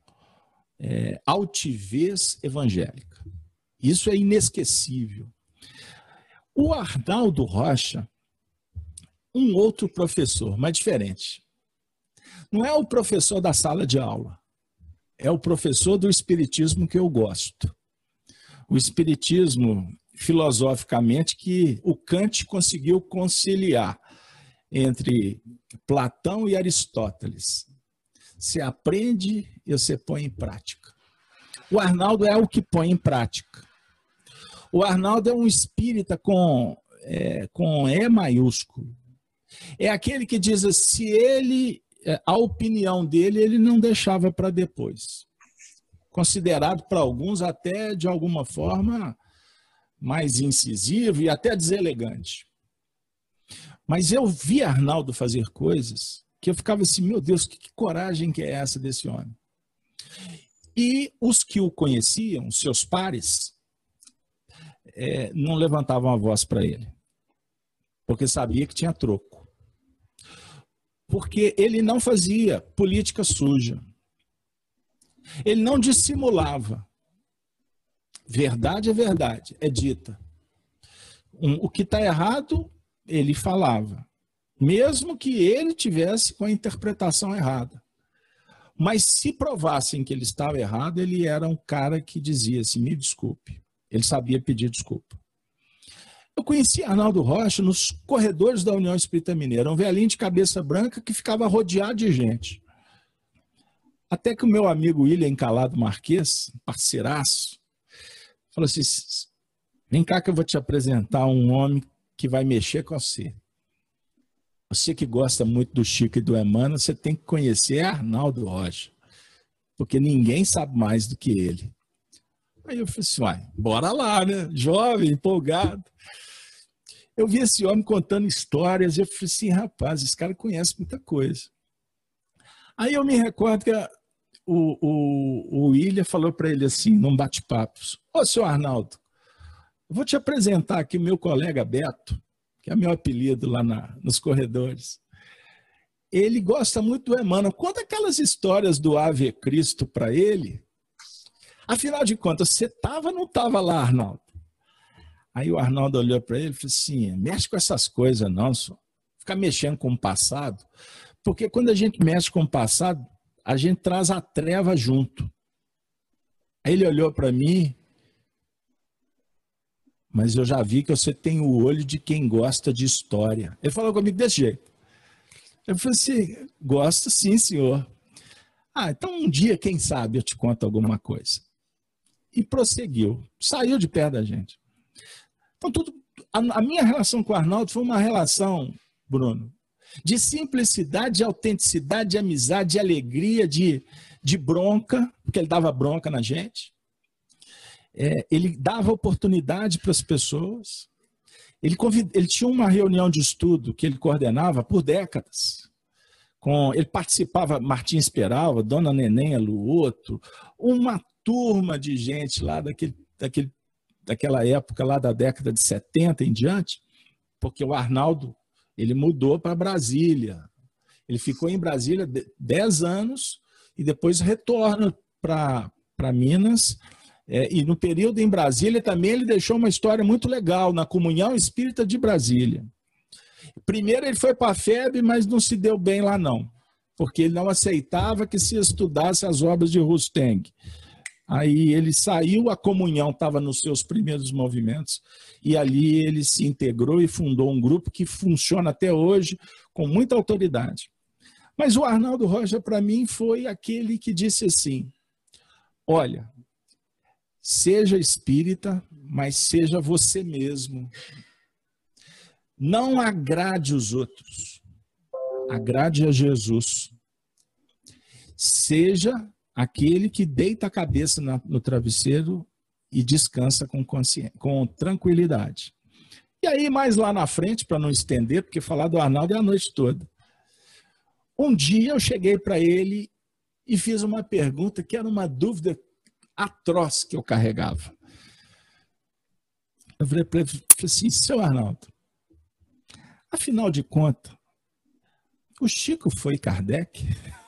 altivez evangélica. Isso é inesquecível. O Arnaldo Rocha, um outro professor, mas diferente. Não é o professor da sala de aula, é o professor do espiritismo que eu gosto. O espiritismo, filosoficamente, que o Kant conseguiu conciliar entre Platão e Aristóteles. Você aprende e você põe em prática. O Arnaldo é o que põe em prática. O Arnaldo é um espírita com E maiúsculo. É aquele que diz assim, a opinião dele, ele não deixava para depois. Considerado para alguns até, de alguma forma, mais incisivo e até deselegante. Mas eu vi Arnaldo fazer coisas que eu ficava assim, meu Deus, que coragem que é essa desse homem? E os que o conheciam, seus pares, não levantavam a voz para ele, porque sabia que tinha troco. Porque ele não fazia política suja. Ele não dissimulava. Verdade é verdade, é dita. O que está errado, ele falava. Mesmo que ele tivesse com a interpretação errada. Mas se provassem que ele estava errado, ele era um cara que dizia assim, me desculpe. Ele sabia pedir desculpa. Eu conheci Arnaldo Rocha nos corredores da União Espírita Mineira, um velhinho de cabeça branca que ficava rodeado de gente. Até que o meu amigo William Calado Marques, parceiraço, falou assim, vem cá que eu vou te apresentar um homem que vai mexer com você. Você que gosta muito do Chico e do Emmanuel, você tem que conhecer Arnaldo Rocha, porque ninguém sabe mais do que ele. Aí eu falei assim, uai, bora lá, né? Jovem, empolgado. Eu vi esse homem contando histórias e eu falei assim, rapaz, esse cara conhece muita coisa. Aí eu me recordo que o William falou para ele assim, num bate-papo, ô, senhor Arnaldo, eu vou te apresentar aqui o meu colega Beto, que é meu apelido lá nos corredores. Ele gosta muito do Emmanuel. Conta aquelas histórias do Ave Cristo para ele. Afinal de contas, você estava ou não estava lá, Arnaldo? Aí o Arnaldo olhou para ele e falou assim, mexe com essas coisas não, só. Ficar mexendo com o passado. Porque quando a gente mexe com o passado, a gente traz a treva junto. Aí ele olhou para mim, mas eu já vi que você tem o olho de quem gosta de história. Ele falou comigo desse jeito. Eu falei assim, gosto sim, senhor. Ah, então um dia, quem sabe, eu te conto alguma coisa. E prosseguiu, saiu de perto da gente. Então, a minha relação com o Arnaldo foi uma relação, Bruno, de simplicidade, de autenticidade, de amizade, de alegria, de bronca, porque ele dava bronca na gente. Ele dava oportunidade para as pessoas. Ele tinha uma reunião de estudo que ele coordenava por décadas. Ele participava, Martins Peralva, Dona Neném Luoto, uma turma de gente lá daquela época, lá da década de 70 em diante, porque o Arnaldo ele mudou para Brasília. Ele ficou em Brasília 10 anos e depois retorna para Minas. E no período em Brasília também ele deixou uma história muito legal na Comunhão Espírita de Brasília. Primeiro ele foi para a FEB, mas não se deu bem lá não, porque ele não aceitava que se estudasse as obras de Rusteng. Aí ele saiu, a Comunhão estava nos seus primeiros movimentos, e ali ele se integrou e fundou um grupo que funciona até hoje com muita autoridade. Mas o Arnaldo Rocha, para mim, foi aquele que disse assim, olha, seja espírita, mas seja você mesmo. Não agrade os outros, agrade a Jesus. Seja aquele que deita a cabeça no travesseiro e descansa com tranquilidade. E aí, mais lá na frente, para não estender, porque falar do Arnaldo é a noite toda. Um dia eu cheguei para ele e fiz uma pergunta que era uma dúvida atroz que eu carregava. Eu falei para ele assim, seu Arnaldo, afinal de contas, o Chico foi Kardec?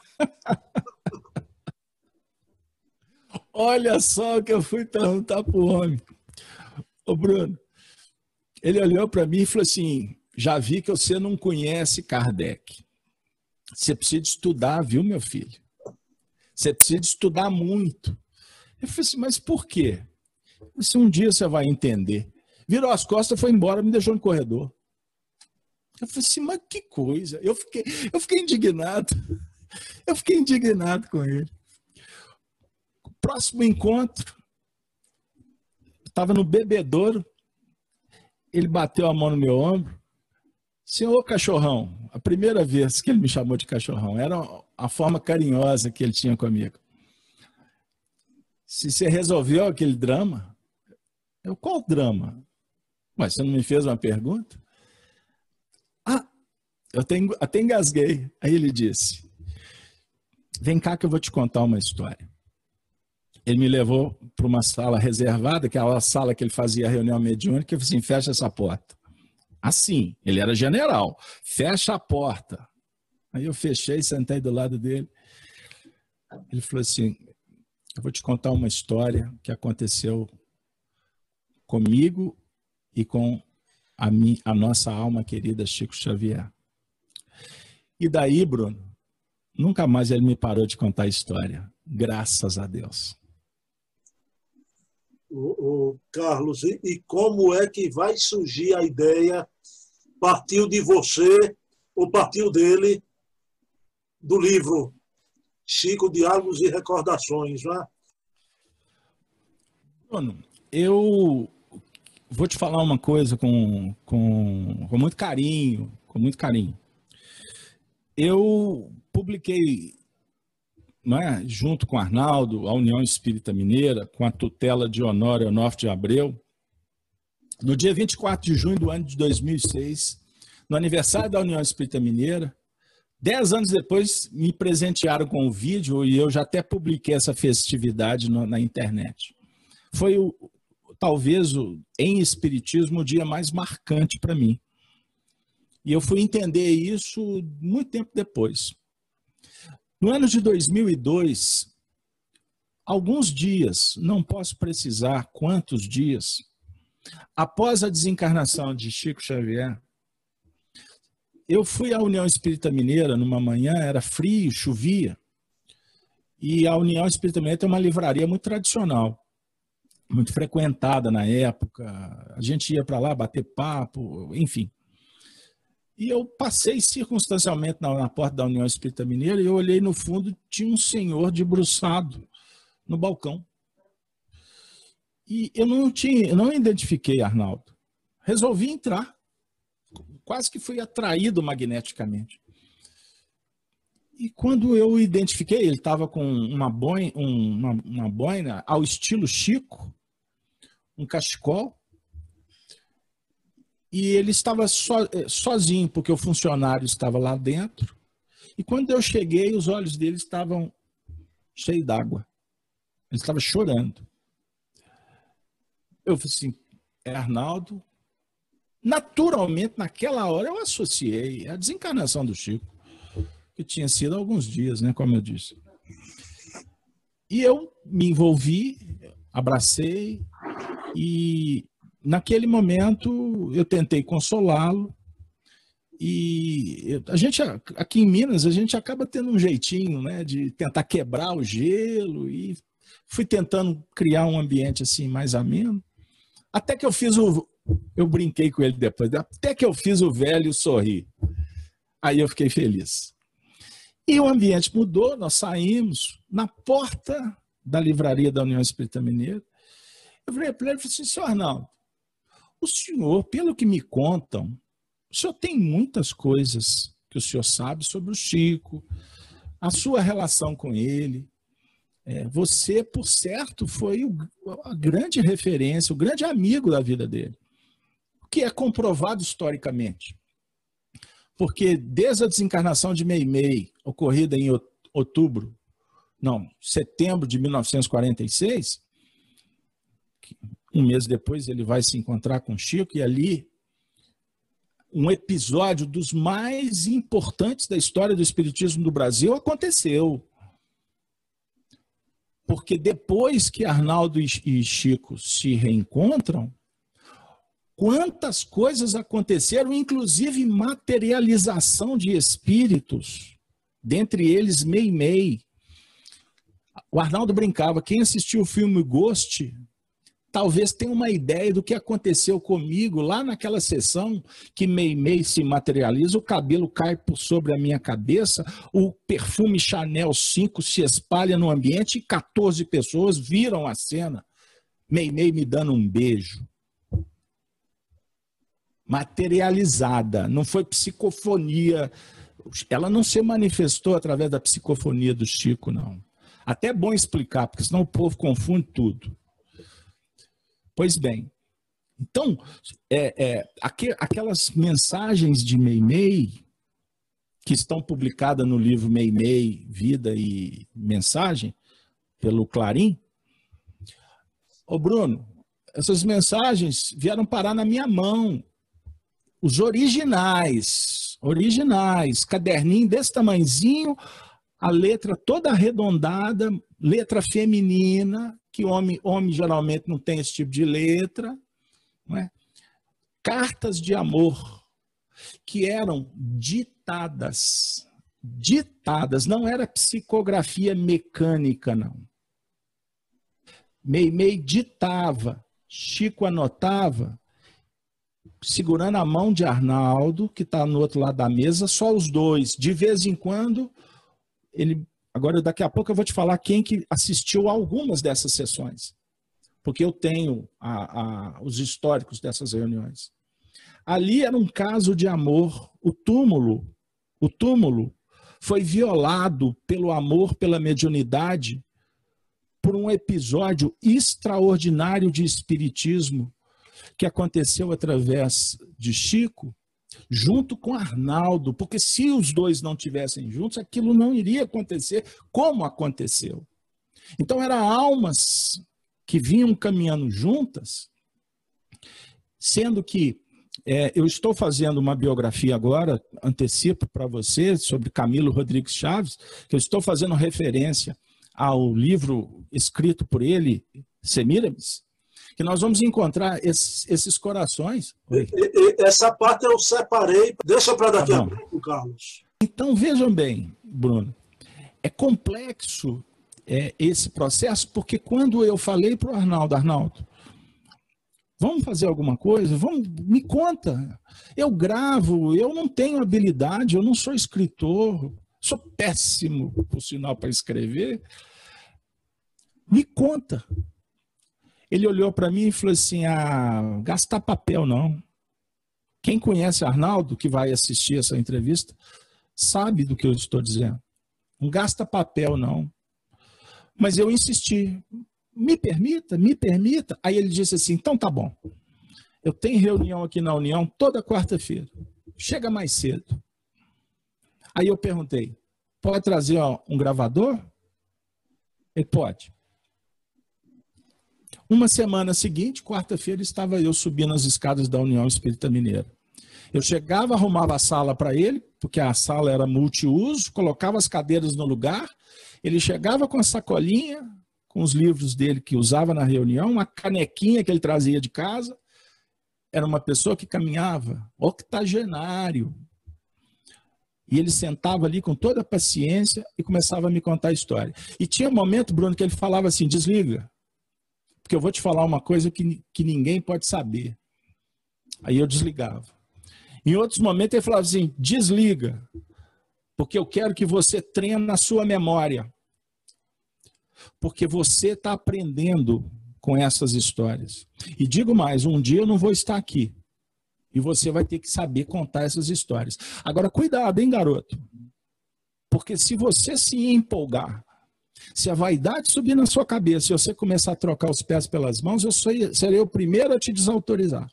Olha só o que eu fui perguntar para o homem. Ô Bruno, ele olhou para mim e falou assim, já vi que você não conhece Kardec. Você precisa estudar, viu, meu filho? Você precisa estudar muito. Eu falei assim, mas por quê? Se um dia você vai entender. Virou as costas, foi embora, me deixou no corredor. Eu falei assim, mas que coisa. Eu fiquei indignado. Eu fiquei indignado com ele. Próximo encontro, estava no bebedouro, ele bateu a mão no meu ombro. Senhor cachorrão, a primeira vez que ele me chamou de cachorrão, era a forma carinhosa que ele tinha comigo. Se você resolveu aquele drama, Qual o drama? Mas você não me fez uma pergunta? Ah, eu até engasguei. Aí ele disse, vem cá que eu vou te contar uma história. Ele me levou para uma sala reservada, aquela sala que ele fazia a reunião mediúnica, e falou assim, fecha essa porta. Assim, ele era general, fecha a porta. Aí eu fechei, sentei do lado dele. Ele falou assim, eu vou te contar uma história que aconteceu comigo e com a nossa alma querida Chico Xavier. E daí, Bruno, nunca mais ele me parou de contar a história. Graças a Deus. Carlos, e como é que vai surgir a ideia? Partiu de você ou partiu dele, do livro Chico, Diálogos e Recordações, não é? Bruno, eu vou te falar uma coisa com muito carinho, Eu publiquei, junto com Arnaldo, a União Espírita Mineira, com a tutela de Honório Onofre de Abreu, no dia 24 de junho do ano de 2006, no aniversário da União Espírita Mineira. 10 anos depois, me presentearam com o vídeo e eu já até publiquei essa festividade na internet. Foi, talvez, em espiritismo, o dia mais marcante para mim. E eu fui entender isso muito tempo depois. No ano de 2002, alguns dias, não posso precisar quantos dias, após a desencarnação de Chico Xavier, eu fui à União Espírita Mineira numa manhã, era frio, chovia, e a União Espírita Mineira tem uma livraria muito tradicional, muito frequentada na época, a gente ia para lá bater papo, enfim. E eu passei circunstancialmente na porta da União Espírita Mineira e eu olhei no fundo, tinha um senhor debruçado no balcão. E eu não identifiquei Arnaldo. Resolvi entrar. Quase que fui atraído magneticamente. E quando eu identifiquei, ele estava com uma boina ao estilo Chico, um cachecol, e ele estava sozinho, porque o funcionário estava lá dentro. E quando eu cheguei, os olhos dele estavam cheios d'água. Ele estava chorando. Eu falei assim, é Arnaldo? Naturalmente, naquela hora, eu associei a desencarnação do Chico, que tinha sido há alguns dias, né, como eu disse. E eu me envolvi, abracei, e naquele momento eu tentei consolá-lo. E a gente, aqui em Minas, a gente acaba tendo um jeitinho, né, de tentar quebrar o gelo, e fui tentando criar um ambiente assim mais ameno. Até que eu brinquei com ele depois, até que eu fiz o velho sorrir. Aí eu fiquei feliz. E o ambiente mudou, nós saímos na porta da livraria da União Espírita Mineira. Eu falei para ele, assim, senhor Arnaldo, o senhor, pelo que me contam, o senhor tem muitas coisas que o senhor sabe sobre o Chico, a sua relação com ele. Você, por certo, foi a grande referência, o grande amigo da vida dele. O que é comprovado historicamente. Porque desde a desencarnação de Meimei, ocorrida em setembro de 1946, um mês depois ele vai se encontrar com Chico, e ali um episódio dos mais importantes da história do espiritismo do Brasil aconteceu. Porque depois que Arnaldo e Chico se reencontram, quantas coisas aconteceram, inclusive materialização de espíritos, dentre eles Meimei. O Arnaldo brincava, quem assistiu o filme Ghost, talvez tenha uma ideia do que aconteceu comigo lá naquela sessão que Meimei se materializa, o cabelo cai por sobre a minha cabeça, o perfume Chanel 5 se espalha no ambiente e 14 pessoas viram a cena. Meimei me dando um beijo. Materializada, não foi psicofonia. Ela não se manifestou através da psicofonia do Chico, não. Até é bom explicar, porque senão o povo confunde tudo. Pois bem, Então, aquelas mensagens de Meimei, que estão publicadas no livro Meimei, Vida e Mensagem, pelo Clarim. Ô Bruno, essas mensagens vieram parar na minha mão. Os originais, caderninho desse tamanhozinho, a letra toda arredondada, letra feminina, que homem geralmente não tem esse tipo de letra, não é? Cartas de amor, que eram ditadas, não era psicografia mecânica, não. Meimei ditava, Chico anotava, segurando a mão de Arnaldo, que está no outro lado da mesa, só os dois. De vez em quando, agora daqui a pouco eu vou te falar quem que assistiu a algumas dessas sessões, porque eu tenho os históricos dessas reuniões. Ali era um caso de amor. O túmulo foi violado pelo amor, pela mediunidade, por um episódio extraordinário de espiritismo que aconteceu através de Chico, junto com Arnaldo, porque se os dois não tivessem juntos, aquilo não iria acontecer como aconteceu. Então, eram almas que vinham caminhando juntas, sendo que eu estou fazendo uma biografia agora, antecipo para você, sobre Camilo Rodrigues Chaves, que eu estou fazendo referência ao livro escrito por ele, Semiramis, que nós vamos encontrar esses corações. Essa parte eu separei, deixa para daqui a pouco, Carlos. Então, vejam bem, Bruno, é complexo esse processo, porque quando eu falei para o Arnaldo, vamos fazer alguma coisa? Me conta. Eu gravo, eu não tenho habilidade, eu não sou escritor, sou péssimo, por sinal, para escrever. Me conta. Ele olhou para mim e falou assim, gastar papel não. Quem conhece Arnaldo, que vai assistir essa entrevista, sabe do que eu estou dizendo. Não gasta papel não. Mas eu insisti. Me permita. Aí ele disse assim, então tá bom. Eu tenho reunião aqui na União toda quarta-feira. Chega mais cedo. Aí eu perguntei, pode trazer um gravador? Ele pode. Uma semana seguinte, quarta-feira, estava eu subindo as escadas da União Espírita Mineira. Eu chegava, arrumava a sala para ele, porque a sala era multiuso, colocava as cadeiras no lugar, ele chegava com a sacolinha, com os livros dele que usava na reunião, uma canequinha que ele trazia de casa. Era uma pessoa que caminhava, octogenário. E ele sentava ali com toda a paciência e começava a me contar a história. E tinha um momento, Bruno, que ele falava assim, desliga, porque eu vou te falar uma coisa que ninguém pode saber. Aí eu desligava. Em outros momentos ele falava assim, desliga, porque eu quero que você treine a sua memória. Porque você está aprendendo com essas histórias. E digo mais, um dia eu não vou estar aqui. E você vai ter que saber contar essas histórias. Agora, cuidado, hein, garoto? Porque se você se empolgar, se a vaidade subir na sua cabeça, se você começar a trocar os pés pelas mãos, eu serei o primeiro a te desautorizar.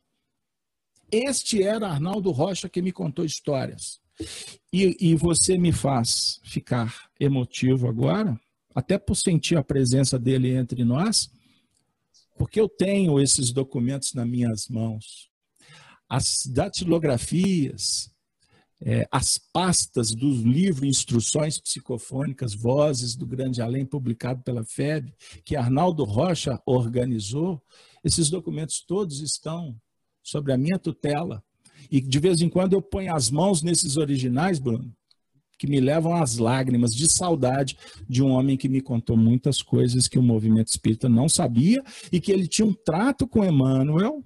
Este era Arnaldo Rocha que me contou histórias. E você me faz ficar emotivo agora, até por sentir a presença dele entre nós, porque eu tenho esses documentos nas minhas mãos. As datilografias, as pastas dos livros Instruções Psicofônicas, Vozes do Grande Além, publicado pela FEB, que Arnaldo Rocha organizou, esses documentos todos estão sobre a minha tutela. E de vez em quando eu ponho as mãos nesses originais, Bruno, que me levam às lágrimas de saudade de um homem que me contou muitas coisas que o movimento espírita não sabia e que ele tinha um trato com Emmanuel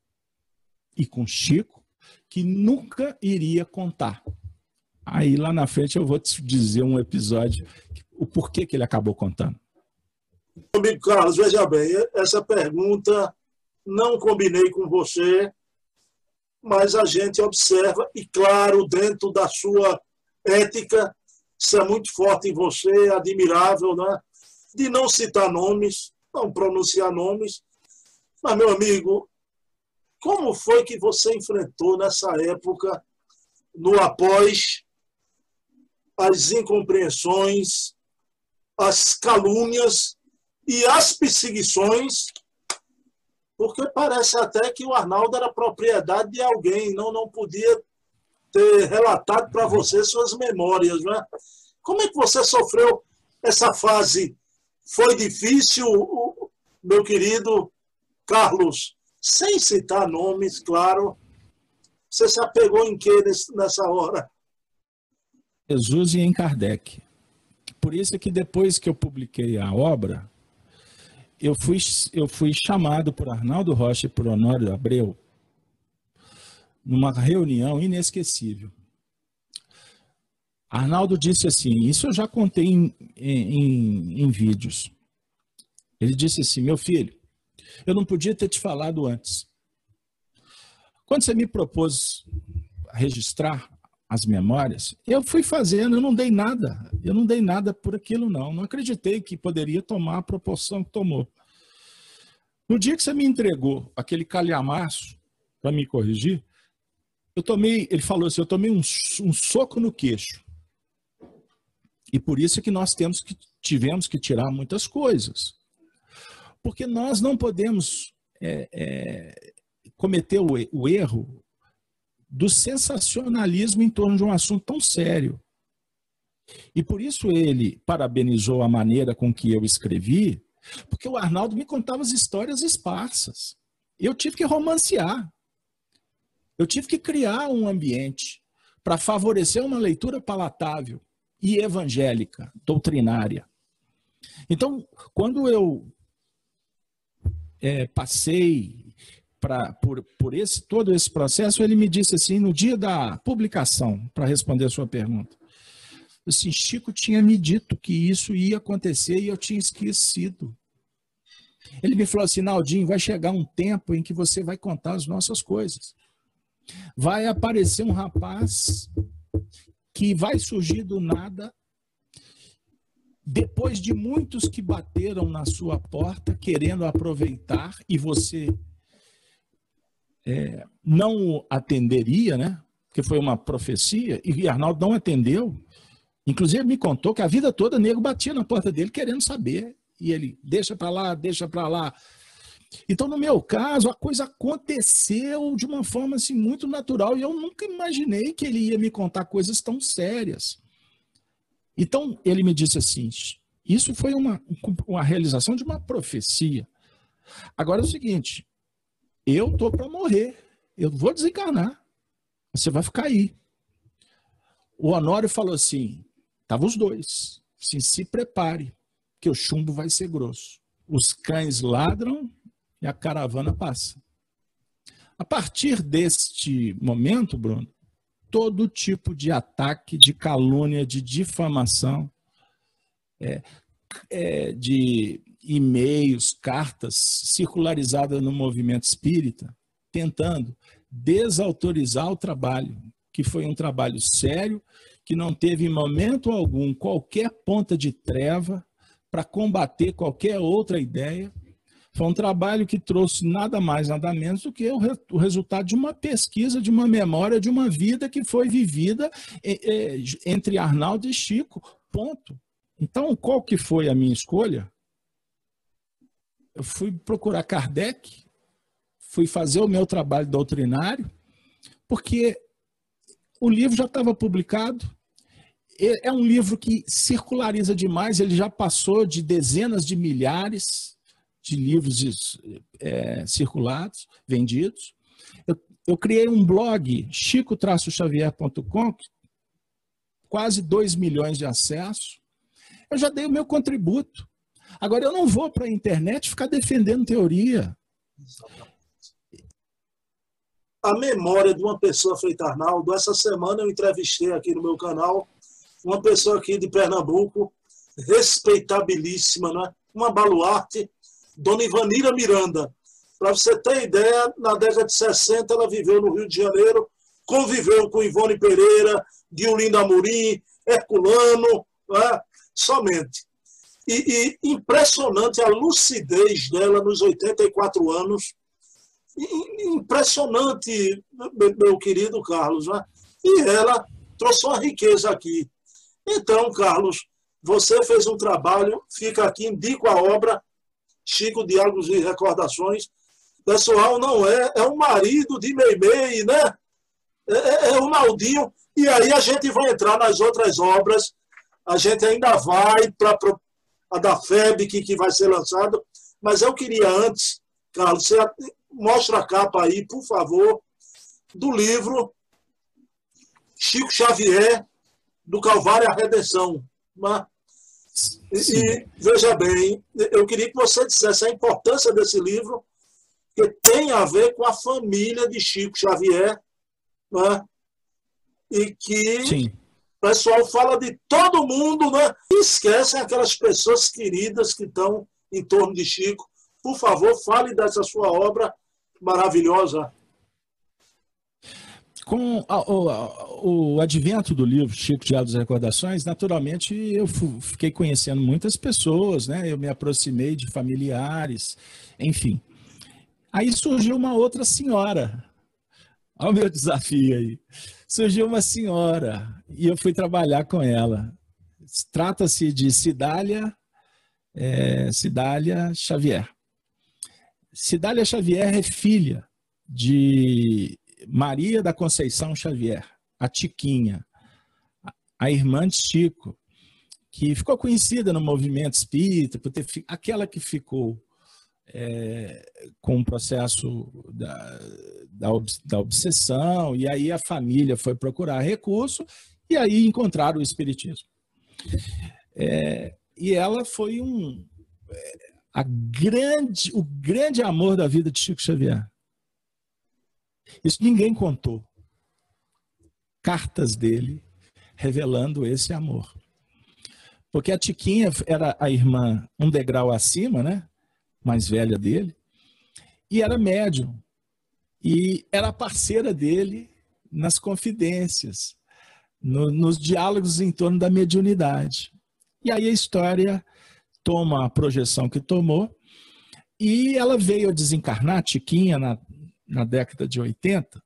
e com Chico que nunca iria contar. Aí lá na frente eu vou te dizer um episódio, o porquê que ele acabou contando. Amigo Carlos, veja bem, essa pergunta não combinei com você, mas a gente observa, e claro, dentro da sua ética, isso é muito forte em você, é admirável, né? De não citar nomes, não pronunciar nomes. Mas, meu amigo, como foi que você enfrentou nessa época, no após, as incompreensões, as calúnias e as perseguições, porque parece até que o Arnaldo era propriedade de alguém, não podia ter relatado para você suas memórias, não é? Como é que você sofreu essa fase? Foi difícil, meu querido Carlos, sem citar nomes, claro. Você se apegou em quê nessa hora? Jesus e em Kardec. Por isso é que depois que eu publiquei a obra, eu fui chamado por Arnaldo Rocha e por Honório Abreu numa reunião inesquecível. Arnaldo disse assim, isso eu já contei em vídeos. Ele disse assim, meu filho, eu não podia ter te falado antes. Quando você me propôs registrar as memórias, eu fui fazendo, eu não dei nada por aquilo não acreditei que poderia tomar a proporção que tomou. No dia que você me entregou aquele calhamaço para me corrigir, ele falou assim, eu tomei um soco no queixo. E por isso é que nós tivemos que tirar muitas coisas. Porque nós não podemos cometer o erro do sensacionalismo em torno de um assunto tão sério. E por isso ele parabenizou a maneira com que eu escrevi, porque o Arnaldo me contava as histórias esparsas. Eu tive que romancear. Eu tive que criar um ambiente para favorecer uma leitura palatável e evangélica, doutrinária. Então, quando eu passei por todo esse processo, ele me disse assim, no dia da publicação, para responder a sua pergunta, assim, Chico tinha me dito que isso ia acontecer e eu tinha esquecido. Ele me falou assim, Naldinho, vai chegar um tempo em que você vai contar as nossas coisas. Vai aparecer um rapaz que vai surgir do nada, depois de muitos que bateram na sua porta, querendo aproveitar, e você não atenderia, né? Porque foi uma profecia, e Arnaldo não atendeu. Inclusive me contou que a vida toda o nego batia na porta dele querendo saber, e ele deixa para lá, deixa para lá. Então, no meu caso, a coisa aconteceu de uma forma assim, muito natural, e eu nunca imaginei que ele ia me contar coisas tão sérias. Então, ele me disse assim, isso foi uma realização de uma profecia. Agora é o seguinte, eu estou para morrer, eu vou desencarnar, você vai ficar aí. O Honório falou assim, estavam os dois, assim, se prepare, que o chumbo vai ser grosso. Os cães ladram e a caravana passa. A partir deste momento, Bruno, todo tipo de ataque, de calúnia, de difamação, de e-mails, cartas circularizadas no movimento espírita, tentando desautorizar o trabalho, que foi um trabalho sério, que não teve em momento algum qualquer ponta de treva para combater qualquer outra ideia. Foi um trabalho que trouxe nada mais, nada menos do que o resultado de uma pesquisa, de uma memória, de uma vida que foi vivida entre Arnaldo e Chico, ponto. Então, qual que foi a minha escolha? Eu fui procurar Kardec, fui fazer o meu trabalho doutrinário, porque o livro já estava publicado, é um livro que circulariza demais, ele já passou de dezenas de milhares de livros circulados, vendidos. Eu criei um blog, chico-xavier.com, quase 2 milhões de acessos. Eu já dei o meu contributo. Agora, eu não vou para a internet ficar defendendo teoria. A memória de uma pessoa feita Arnaldo, essa semana eu entrevistei aqui no meu canal uma pessoa aqui de Pernambuco, respeitabilíssima, né? Uma baluarte, Dona Ivanira Miranda. Para você ter ideia, na década de 60 ela viveu no Rio de Janeiro, conviveu com Ivone Pereira, Diolinda Amorim, Herculano, né? Somente. E impressionante a lucidez dela nos 84 anos, impressionante, meu querido Carlos, né? E ela trouxe uma riqueza aqui. Então, Carlos, você fez um trabalho, fica aqui, indico a obra, Chico, Diálogos e Recordações. Pessoal, não é o marido de Meimei, né? É o Naldinho. E aí a gente vai entrar nas outras obras, a gente ainda vai para a da FEB, que vai ser lançada, mas eu queria antes, Carlos, você mostra a capa aí, por favor, do livro Chico Xavier, do Calvário à Redenção. Né? E veja bem, eu queria que você dissesse a importância desse livro, que tem a ver com a família de Chico Xavier, né? E que Sim. O pessoal fala de todo mundo, né? E esquecem aquelas pessoas queridas que estão em torno de Chico. Por favor, fale dessa sua obra maravilhosa. Com o advento do livro Chico, Diálogos e Recordações, naturalmente eu fiquei conhecendo muitas pessoas, né? Eu me aproximei de familiares, enfim. Aí surgiu uma outra senhora. Olha o meu desafio aí. Surgiu uma senhora e eu fui trabalhar com ela. Trata-se de Cidália Xavier. Cidália Xavier é filha de Maria da Conceição Xavier, a Tiquinha, a irmã de Chico, que ficou conhecida no movimento espírita, por ter aquela que ficou com o processo da obsessão, e aí a família foi procurar recurso, e aí encontraram o espiritismo. E ela foi o grande amor da vida de Chico Xavier. Isso ninguém contou. Cartas dele revelando esse amor. Porque a Tiquinha era a irmã um degrau acima, né? Mais velha dele, e era médium. E era parceira dele nas confidências, nos diálogos em torno da mediunidade. E aí a história toma a projeção que tomou, e ela veio a desencarnar, Tiquinha, na década de 80,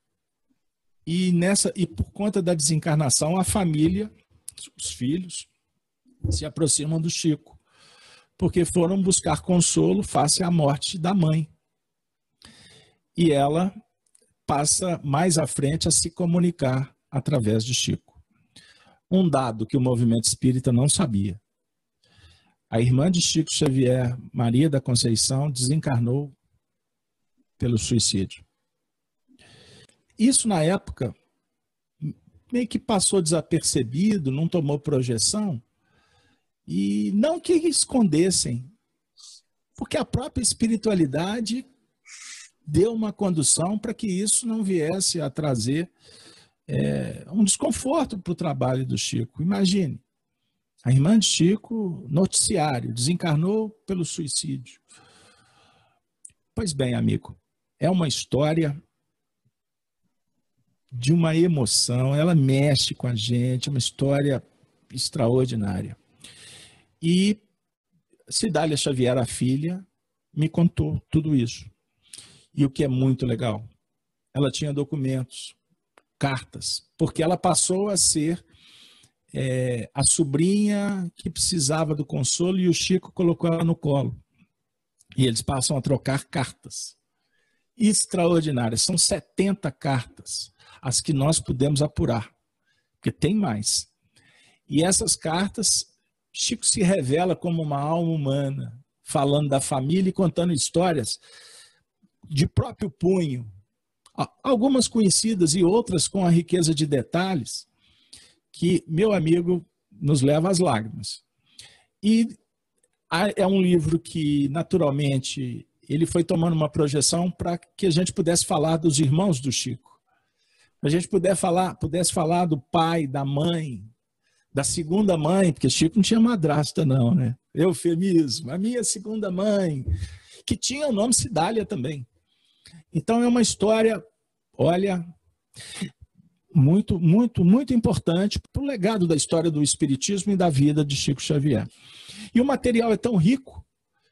e por conta da desencarnação, a família, os filhos, se aproximam do Chico, porque foram buscar consolo face à morte da mãe. E ela passa mais à frente a se comunicar através de Chico. Um dado que o movimento espírita não sabia. A irmã de Chico Xavier, Maria da Conceição, desencarnou pelo suicídio. Isso, na época, meio que passou desapercebido, não tomou projeção, e não que escondessem, porque a própria espiritualidade deu uma condução para que isso não viesse a trazer um desconforto para o trabalho do Chico. Imagine, a irmã de Chico, noticiário, desencarnou pelo suicídio. Pois bem, amigo, é uma história de uma emoção, ela mexe com a gente, é uma história extraordinária. E Cidália Xavier, a filha, me contou tudo isso. E o que é muito legal, ela tinha documentos, cartas, porque ela passou a ser a sobrinha que precisava do consolo, e o Chico colocou ela no colo. E eles passam a trocar cartas. Extraordinárias, são 70 cartas, as que nós pudemos apurar, porque tem mais. E essas cartas, Chico se revela como uma alma humana, falando da família e contando histórias de próprio punho, algumas conhecidas e outras com a riqueza de detalhes que, meu amigo, nos leva às lágrimas. E é um livro que, naturalmente, ele foi tomando uma projeção para que a gente pudesse falar dos irmãos do Chico. A gente pudesse falar do pai, da mãe, da segunda mãe, porque Chico não tinha madrasta não, né? Eufemismo. A minha segunda mãe, que tinha o nome Cidália também. Então é uma história, olha, muito, muito, muito importante para o legado da história do espiritismo e da vida de Chico Xavier. E o material é tão rico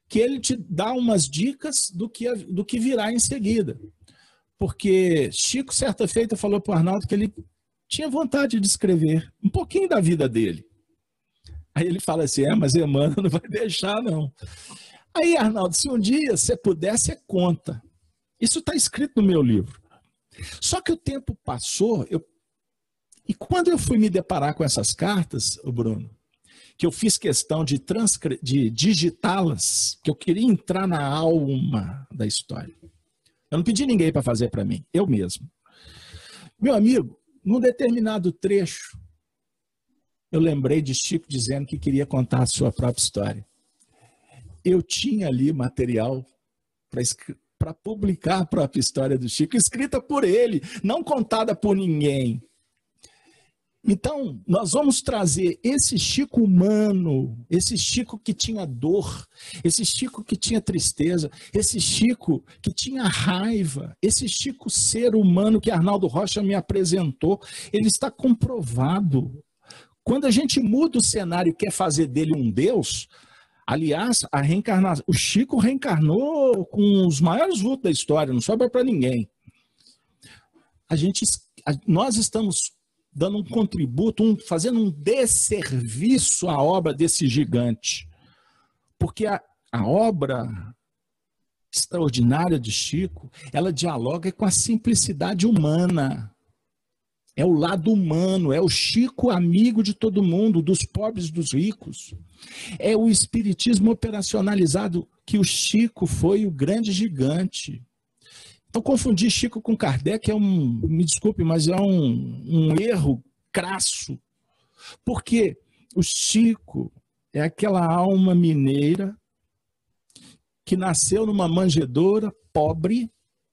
que ele te dá umas dicas do que virá em seguida. Porque Chico, certa feita, falou para o Arnaldo que ele tinha vontade de escrever um pouquinho da vida dele. Aí ele fala assim, mas Emmanuel não vai deixar, não. Aí, Arnaldo, se um dia você puder, você conta. Isso está escrito no meu livro. Só que o tempo passou, e quando eu fui me deparar com essas cartas, Bruno, que eu fiz questão de digitá-las, que eu queria entrar na alma da história. Eu não pedi ninguém para fazer para mim, eu mesmo. Meu amigo, num determinado trecho, eu lembrei de Chico dizendo que queria contar a sua própria história. Eu tinha ali material para publicar a própria história do Chico, escrita por ele, não contada por ninguém. Então, nós vamos trazer esse Chico humano, esse Chico que tinha dor, esse Chico que tinha tristeza, esse Chico que tinha raiva, esse Chico ser humano que Arnaldo Rocha me apresentou, ele está comprovado. Quando a gente muda o cenário e quer fazer dele um Deus, aliás, a reencarnação, o Chico reencarnou com os maiores vultos da história, não sobra para ninguém. Nós estamos dando um contributo, fazendo um desserviço à obra desse gigante. Porque a obra extraordinária de Chico, ela dialoga com a simplicidade humana. É o lado humano, é o Chico amigo de todo mundo, dos pobres, dos ricos. É o espiritismo operacionalizado que o Chico foi o grande gigante. Então, confundir Chico com Kardec me desculpe, mas é um erro crasso. Porque o Chico é aquela alma mineira que nasceu numa manjedoura pobre.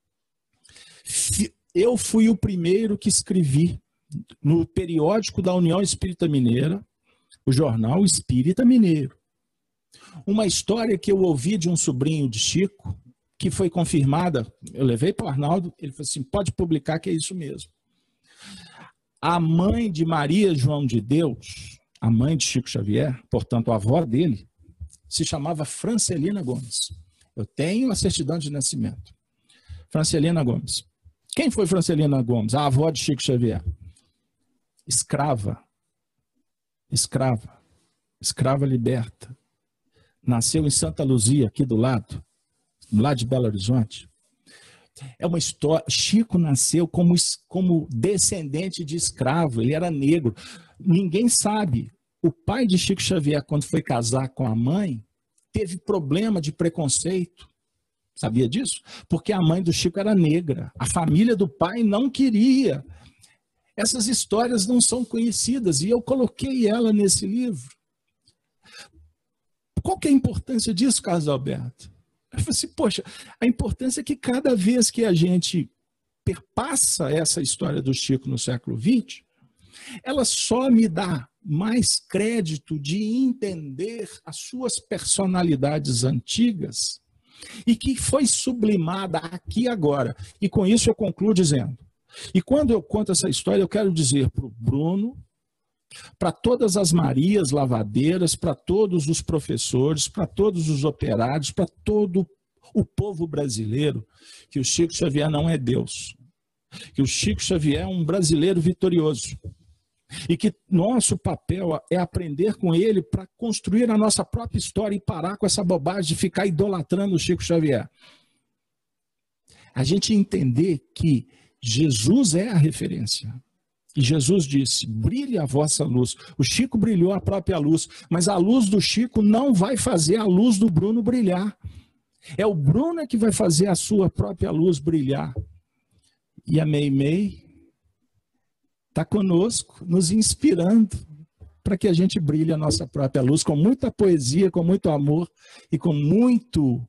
Eu fui o primeiro que escrevi no periódico da União Espírita Mineira, o jornal Espírita Mineiro. Uma história que eu ouvi de um sobrinho de Chico, que foi confirmada, eu levei para o Arnaldo, ele falou assim, pode publicar que é isso mesmo. A mãe de Maria João de Deus, a mãe de Chico Xavier, portanto a avó dele, se chamava Francelina Gomes. Eu tenho a certidão de nascimento. Francelina Gomes. Quem foi Francelina Gomes? A avó de Chico Xavier. Escrava. Escrava. Escrava liberta. Nasceu em Santa Luzia, aqui do lado de Belo Horizonte. É uma história. Chico nasceu como descendente de escravo, ele era negro. Ninguém sabe. O pai de Chico Xavier, quando foi casar com a mãe, teve problema de preconceito. Sabia disso? Porque a mãe do Chico era negra. A família do pai não queria. Essas histórias não são conhecidas e eu coloquei ela nesse livro. Qual que é a importância disso, Carlos Alberto? Eu falei assim, poxa, a importância é que cada vez que a gente perpassa essa história do Chico no século XX, ela só me dá mais crédito de entender as suas personalidades antigas e que foi sublimada aqui agora. E com isso eu concluo dizendo, e quando eu conto essa história, eu quero dizer para o Bruno, para todas as Marias lavadeiras, para todos os professores, para todos os operários, para todo o povo brasileiro, que o Chico Xavier não é Deus, que o Chico Xavier é um brasileiro vitorioso e que nosso papel é aprender com ele para construir a nossa própria história e parar com essa bobagem de ficar idolatrando o Chico Xavier. A gente entender que Jesus é a referência. E Jesus disse, brilhe a vossa luz. O Chico brilhou a própria luz, mas a luz do Chico não vai fazer a luz do Bruno brilhar. É o Bruno que vai fazer a sua própria luz brilhar. E a Meimei está conosco, nos inspirando para que a gente brilhe a nossa própria luz com muita poesia, com muito amor e com muito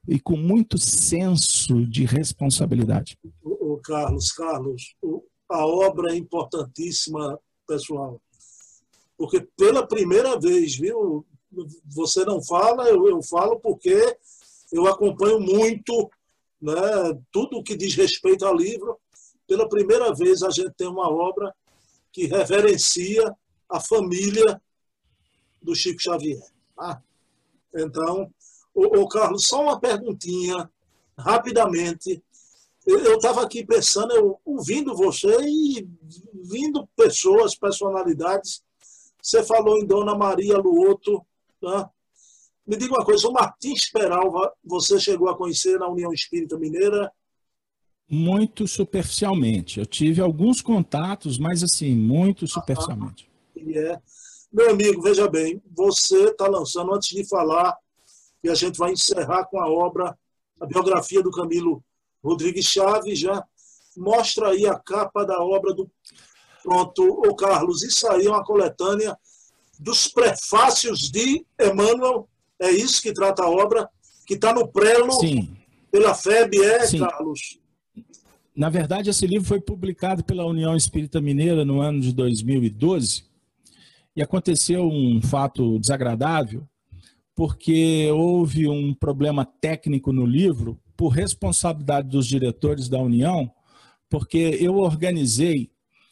senso de responsabilidade. Carlos, a obra é importantíssima, pessoal, porque pela primeira vez, viu? Você não fala, eu falo porque eu acompanho muito, né, tudo o que diz respeito ao livro. Pela primeira vez a gente tem uma obra que reverencia a família do Chico Xavier. Tá? Então, Ô, Carlos, só uma perguntinha, rapidamente. Eu estava aqui pensando, eu ouvindo você e vindo pessoas, personalidades. Você falou em Dona Maria Luoto, tá? Me diga uma coisa, o Martins Peralva, você chegou a conhecer na União Espírita Mineira? Muito superficialmente. Eu tive alguns contatos, mas assim, muito superficialmente. Meu amigo, veja bem, você está lançando, antes de falar, e a gente vai encerrar com a obra, a biografia do Camilo Rodrigues Chaves, já mostra aí a capa da obra do... Pronto, ô Carlos, isso aí é uma coletânea dos prefácios de Emmanuel, é isso que trata a obra, que está no prelo. Sim. Pela FEB, Sim. Carlos? Na verdade, esse livro foi publicado pela União Espírita Mineira no ano de 2012 e aconteceu um fato desagradável, porque houve um problema técnico no livro por responsabilidade dos diretores da União, porque eu organizei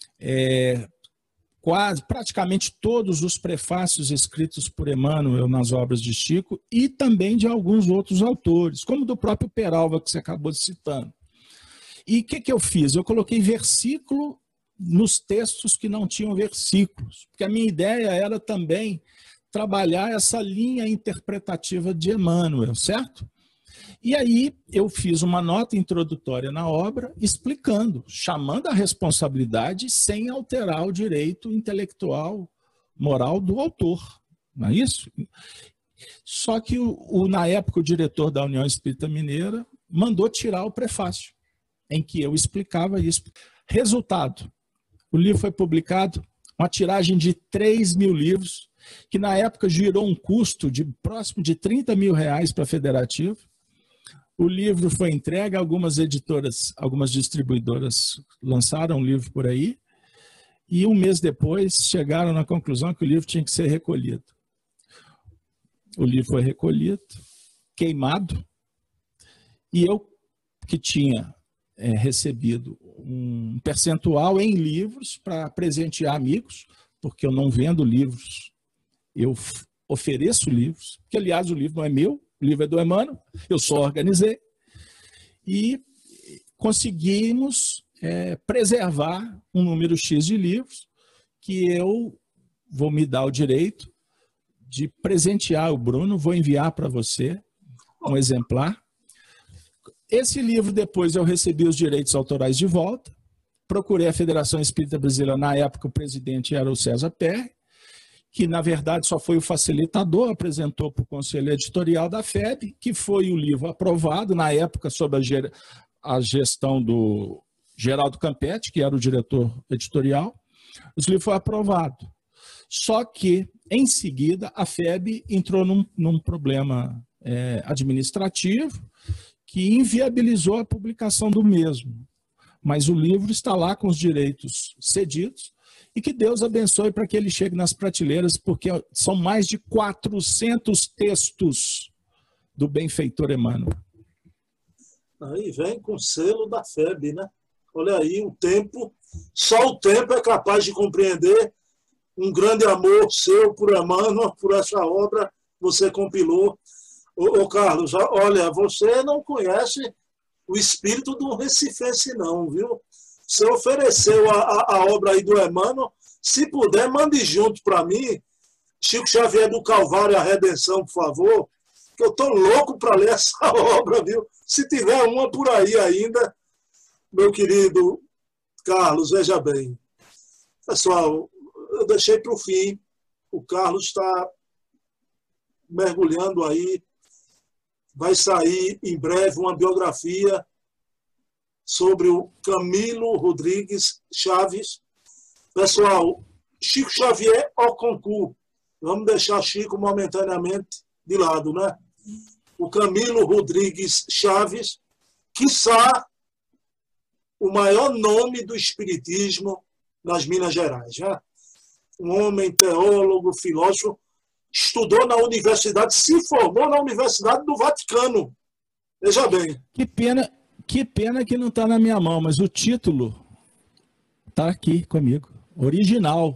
praticamente todos os prefácios escritos por Emmanuel nas obras de Chico e também de alguns outros autores, como do próprio Peralva, que você acabou citando. E o que eu fiz? Eu coloquei versículo nos textos que não tinham versículos, porque a minha ideia era também trabalhar essa linha interpretativa de Emmanuel, certo? E aí eu fiz uma nota introdutória na obra explicando, chamando a responsabilidade sem alterar o direito intelectual, moral do autor, não é isso? Só que na época o diretor da União Espírita Mineira mandou tirar o prefácio, em que eu explicava isso. Resultado, o livro foi publicado, uma tiragem de 3.000 livros, que na época girou um custo de próximo de R$30 mil para a Federativa. O livro foi entregue a algumas editoras, algumas distribuidoras lançaram o livro por aí, e um mês depois chegaram na conclusão que o livro tinha que ser recolhido. O livro foi recolhido, queimado, e eu, que tinha recebido um percentual em livros para presentear amigos, porque eu não vendo livros, eu ofereço livros, que aliás o livro não é meu, o livro é do Emmanuel, eu só organizei, e conseguimos preservar um número X de livros que eu vou me dar o direito de presentear o Bruno, vou enviar para você um exemplar. Esse livro, depois eu recebi os direitos autorais de volta, procurei a Federação Espírita Brasileira, na época o presidente era o César Perry, que na verdade só foi o facilitador, apresentou para o Conselho Editorial da FEB, que foi o livro aprovado, na época sob a gestão do Geraldo Campetti, que era o diretor editorial, o livro foi aprovado. Só que, em seguida, a FEB entrou num problema administrativo que inviabilizou a publicação do mesmo. Mas o livro está lá com os direitos cedidos e que Deus abençoe para que ele chegue nas prateleiras, porque são mais de 400 textos do benfeitor Emmanuel. Aí vem com selo da FEB, né? Olha aí, o tempo, só o tempo é capaz de compreender um grande amor seu por Emmanuel, por essa obra que você compilou. Ô Carlos, olha, você não conhece o espírito do recifense não, viu? Você ofereceu a obra aí do Emmanuel, se puder, mande junto para mim, Chico Xavier do Calvário e a Redenção, por favor, que eu estou louco para ler essa obra, viu? Se tiver uma por aí ainda, meu querido Carlos, veja bem. Pessoal, eu deixei para o fim, o Carlos está mergulhando aí, vai sair em breve uma biografia sobre o Camilo Rodrigues Chaves. Pessoal, Chico Xavier ao concurso. Vamos deixar Chico momentaneamente de lado, né? O Camilo Rodrigues Chaves, quiçá o maior nome do espiritismo nas Minas Gerais, né? Um homem teólogo, filósofo, estudou na universidade, se formou na Universidade do Vaticano. Veja bem. Que pena que não está na minha mão, mas o título está aqui comigo. Original.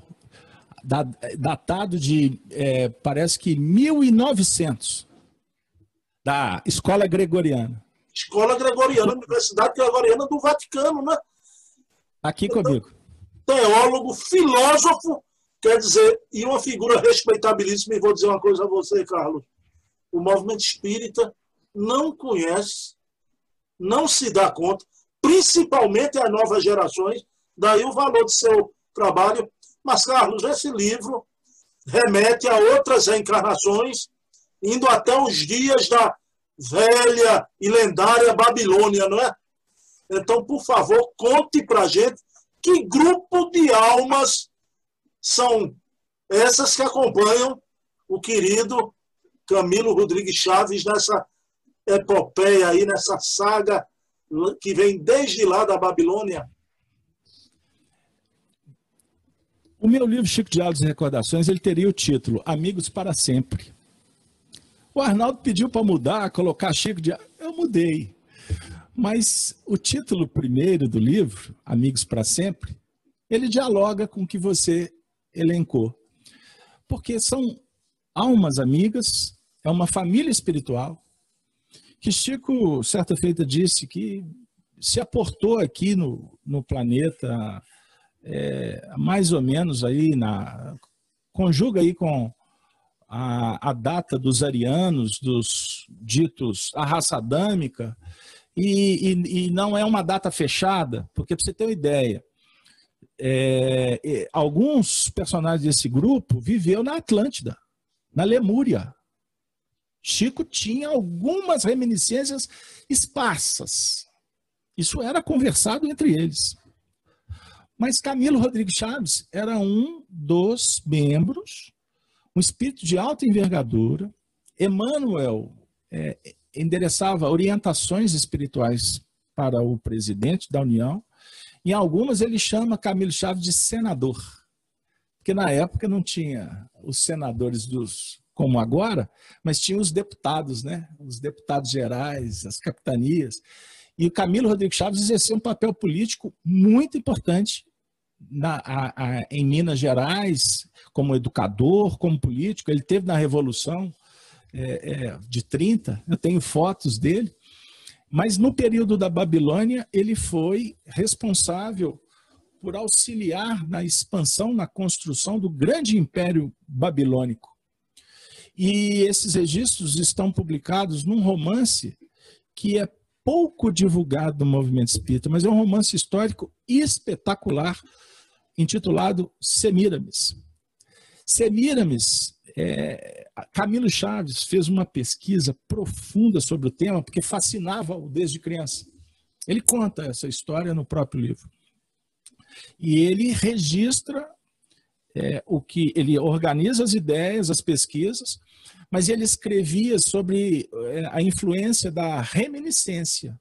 Datado de, parece que 1900. Da Escola Gregoriana. Escola Gregoriana, Universidade Gregoriana do Vaticano, né? Aqui comigo. Teólogo, filósofo, quer dizer, e uma figura respeitabilíssima. E vou dizer uma coisa a você, Carlos. O movimento espírita não conhece, não se dá conta, principalmente as novas gerações, daí o valor do seu trabalho. Mas, Carlos, esse livro remete a outras reencarnações, indo até os dias da velha e lendária Babilônia, não é? Então, por favor, conte para a gente que grupo de almas são essas que acompanham o querido Camilo Rodrigues Chaves nessa epopeia aí, nessa saga que vem desde lá da Babilônia. O meu livro, Chico Diálogos e Recordações, ele teria o título Amigos para Sempre. O Arnaldo pediu para mudar, colocar Chico Diálogos. Eu mudei. Mas o título primeiro do livro, Amigos para Sempre, ele dialoga com o que você elencou. Porque são almas amigas, é uma família espiritual, que Chico, certa feita, disse que se aportou aqui no planeta, mais ou menos aí, conjuga aí com a data dos arianos, dos ditos, a raça adâmica, e não é uma data fechada, porque para você ter uma ideia, alguns personagens desse grupo viveu na Atlântida, na Lemúria. Chico tinha algumas reminiscências esparsas. Isso era conversado entre eles. Mas Camilo Rodrigues Chaves era um dos membros, um espírito de alta envergadura. Emmanuel endereçava orientações espirituais para o presidente da União. Em algumas ele chama Camilo Chaves de senador, porque na época não tinha os senadores como agora, mas tinha os deputados, né? Os deputados gerais, as capitanias. E o Camilo Rodrigues Chaves exerceu um papel político muito importante em Minas Gerais, como educador, como político. Ele teve na Revolução de 30, eu tenho fotos dele, mas no período da Babilônia ele foi responsável por auxiliar na expansão, na construção do grande império babilônico. E esses registros estão publicados num romance que é pouco divulgado no movimento espírita, mas é um romance histórico espetacular, intitulado Semíramis. Semíramis, Camilo Chaves fez uma pesquisa profunda sobre o tema, porque fascinava-o desde criança. Ele conta essa história no próprio livro. E ele registra ele organiza as ideias, as pesquisas, mas ele escrevia sobre a influência da reminiscência.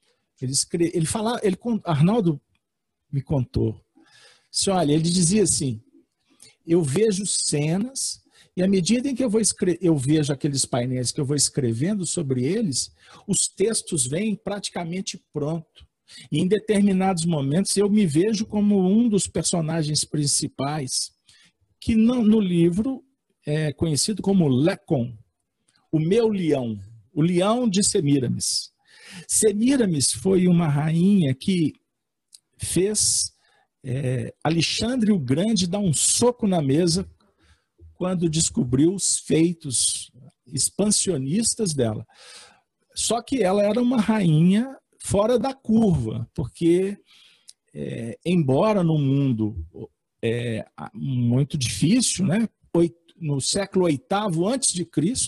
Arnaldo me contou. Olha, ele dizia assim: eu vejo cenas e à medida em que eu vejo aqueles painéis que eu vou escrevendo sobre eles, os textos vêm praticamente pronto. E em determinados momentos eu me vejo como um dos personagens principais, que no livro é conhecido como Lecon, o meu leão, o leão de Semíramis. Semíramis foi uma rainha que fez Alexandre o Grande dar um soco na mesa quando descobriu os feitos expansionistas dela. Só que ela era uma rainha fora da curva, porque, embora no mundo muito difícil, né? No século VIII a.C.,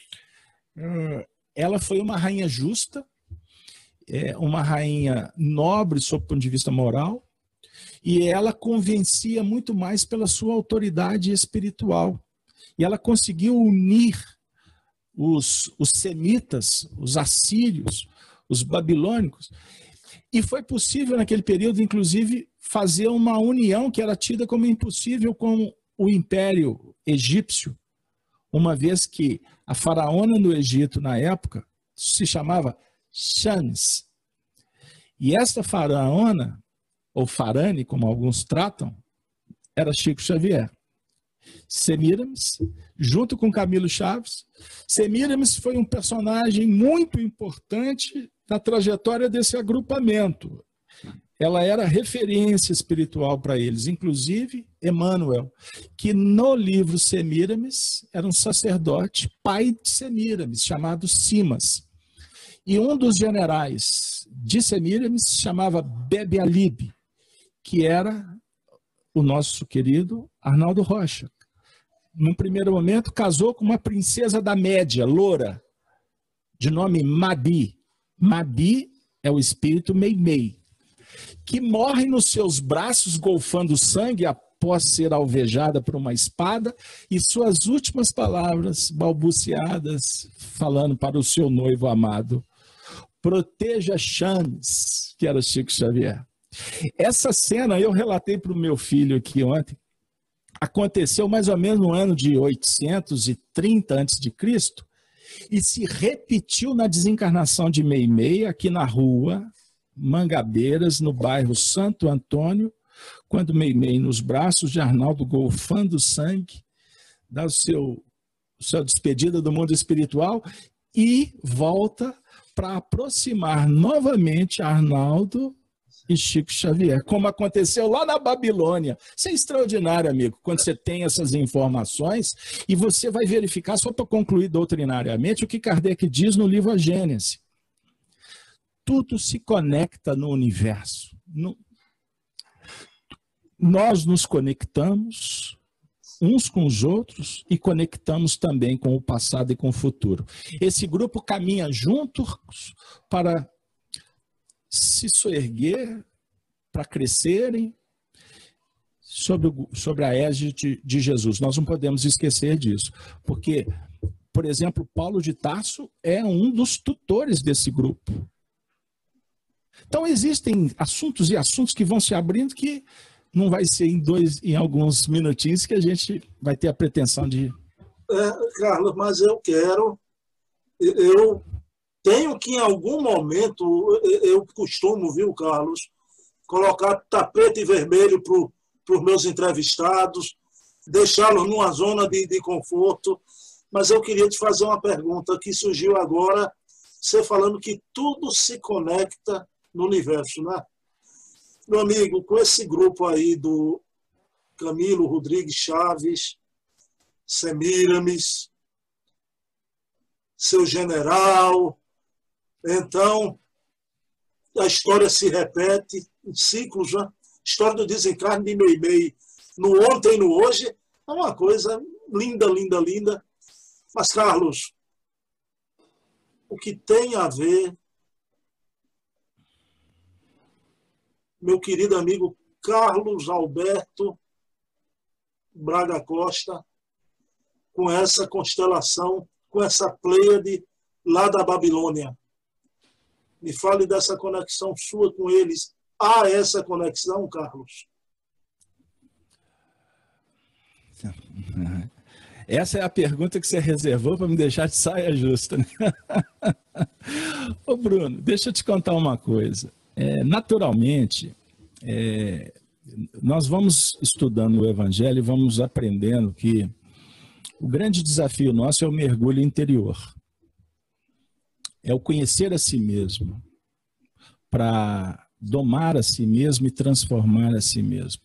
ela foi uma rainha justa, uma rainha nobre sob o ponto de vista moral, e ela convencia muito mais pela sua autoridade espiritual. E ela conseguiu unir os semitas, os assírios, os babilônicos, e foi possível naquele período, inclusive, fazer uma união que era tida como impossível com o Império Egípcio, uma vez que a faraona do Egito, na época, se chamava Shams. E esta faraona, ou Farane, como alguns tratam, era Chico Xavier. Semíramis, junto com Camilo Chaves. Semíramis foi um personagem muito importante na trajetória desse agrupamento. Ela era referência espiritual para eles, inclusive Emmanuel, que no livro Semíramis era um sacerdote, pai de Semíramis, chamado Simas. E um dos generais de Semíramis se chamava Bebe Alib, que era o nosso querido Arnaldo Rocha. Num primeiro momento, casou com uma princesa da Média, loura, de nome Mabi. Mabi é o espírito Meimei, que morre nos seus braços golfando sangue após ser alvejada por uma espada, e suas últimas palavras balbuciadas falando para o seu noivo amado: proteja Chames, que era Chico Xavier. Essa cena eu relatei para o meu filho aqui ontem. Aconteceu mais ou menos no ano de 830 a.C. e se repetiu na desencarnação de Meimei, aqui na rua Mangabeiras, no bairro Santo Antônio, quando Meimei, nos braços de Arnaldo, golfando sangue, dá sua despedida do mundo espiritual e volta para aproximar novamente Arnaldo e Chico Xavier, como aconteceu lá na Babilônia. Isso é extraordinário, amigo, quando você tem essas informações e você vai verificar, só para concluir doutrinariamente, o que Kardec diz no livro A Gênese. Tudo se conecta no universo. Nós nos conectamos uns com os outros e conectamos também com o passado e com o futuro. Esse grupo caminha juntos para se soerguer, para crescerem sobre a égide de Jesus. Nós não podemos esquecer disso, porque, por exemplo, Paulo de Tarso é um dos tutores desse grupo. Então existem assuntos e assuntos que vão se abrindo que não vai ser em alguns minutinhos que a gente vai ter a pretensão de... Carlos, mas eu tenho que em algum momento, eu costumo, viu, Carlos, colocar tapete vermelho para os meus entrevistados, deixá-los numa zona de conforto, mas eu queria te fazer uma pergunta que surgiu agora, você falando que tudo se conecta no universo, né? Meu amigo, com esse grupo aí do Camilo Rodrigues Chaves, Semíramis, seu general, então a história se repete em ciclos, né? História do desencarne de Meimei no ontem e no hoje é uma coisa linda, linda, linda. Mas, Carlos, o que tem a ver, meu querido amigo Carlos Alberto Braga Costa, com essa constelação, com essa pleiade lá da Babilônia? Me fale dessa conexão sua com eles. Há essa conexão, Carlos? Essa é a pergunta que você reservou para me deixar de saia justa, né? Ô Bruno, deixa eu te contar uma coisa. Naturalmente, nós vamos estudando o Evangelho e vamos aprendendo que o grande desafio nosso é o mergulho interior. É o conhecer a si mesmo, para domar a si mesmo e transformar a si mesmo.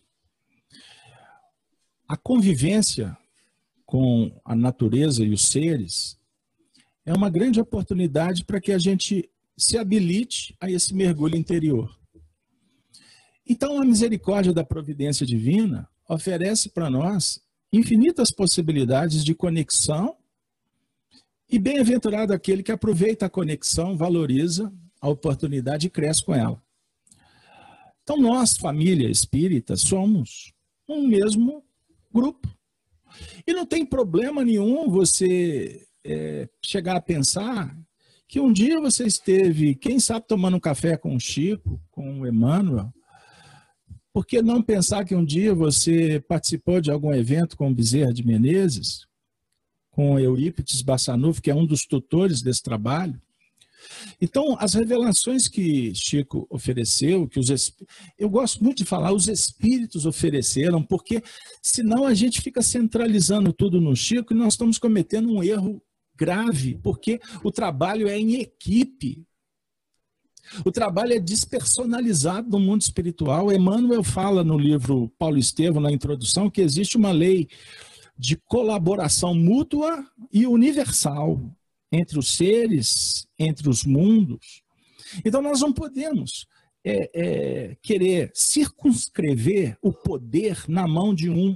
A convivência com a natureza e os seres é uma grande oportunidade para que a gente se habilite a esse mergulho interior. Então, a misericórdia da providência divina oferece para nós infinitas possibilidades de conexão, e bem-aventurado aquele que aproveita a conexão, valoriza a oportunidade e cresce com ela. Então, nós, família espírita, somos um mesmo grupo. E não tem problema nenhum você chegar a pensar que um dia você esteve, quem sabe, tomando um café com o Chico, com o Emmanuel. Por que não pensar que um dia você participou de algum evento com o Bezerra de Menezes, com o Eurípides Bassanufo, que é um dos tutores desse trabalho? Então, as revelações que Chico ofereceu, eu gosto muito de falar, os espíritos ofereceram, porque senão a gente fica centralizando tudo no Chico e nós estamos cometendo um erro grave, porque o trabalho é em equipe. O trabalho é despersonalizado no mundo espiritual. Emmanuel fala no livro Paulo Estevam, na introdução, que existe uma lei de colaboração mútua e universal entre os seres, entre os mundos. Então, nós não podemos querer circunscrever o poder na mão de um.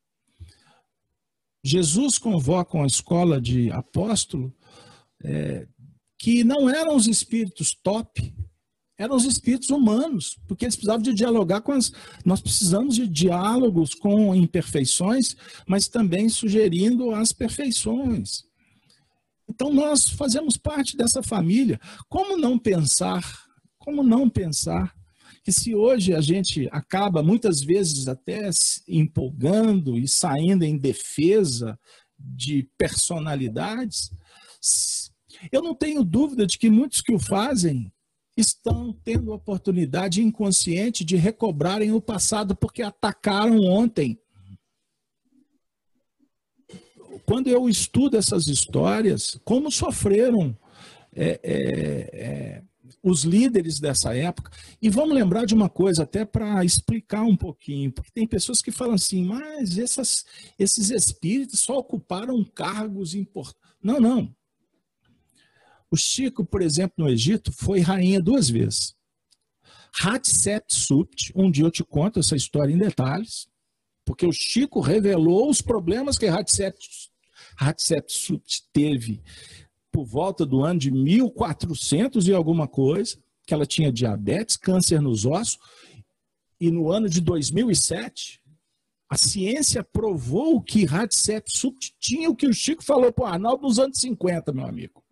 Jesus convoca uma escola de apóstolo que não eram os espíritos top, eram os espíritos humanos, porque eles precisavam de dialogar com nós precisamos de diálogos com imperfeições, mas também sugerindo as perfeições. Então nós fazemos parte dessa família. Como não pensar que se hoje a gente acaba muitas vezes até se empolgando e saindo em defesa de personalidades, eu não tenho dúvida de que muitos que o fazem estão tendo a oportunidade inconsciente de recobrarem o passado porque atacaram ontem. Quando eu estudo essas histórias, como sofreram os líderes dessa época, e vamos lembrar de uma coisa, até para explicar um pouquinho, porque tem pessoas que falam assim, mas esses espíritos só ocuparam cargos importantes. Não, não. O Chico, por exemplo, no Egito, foi rainha 2 vezes. Hatshepsut, um dia eu te conto essa história em detalhes, porque o Chico revelou os problemas que Hatshepsut teve por volta do ano de 1400 e alguma coisa, que ela tinha diabetes, câncer nos ossos, e no ano de 2007, a ciência provou que Hatshepsut tinha o que o Chico falou para o Arnaldo nos anos 50, meu amigo.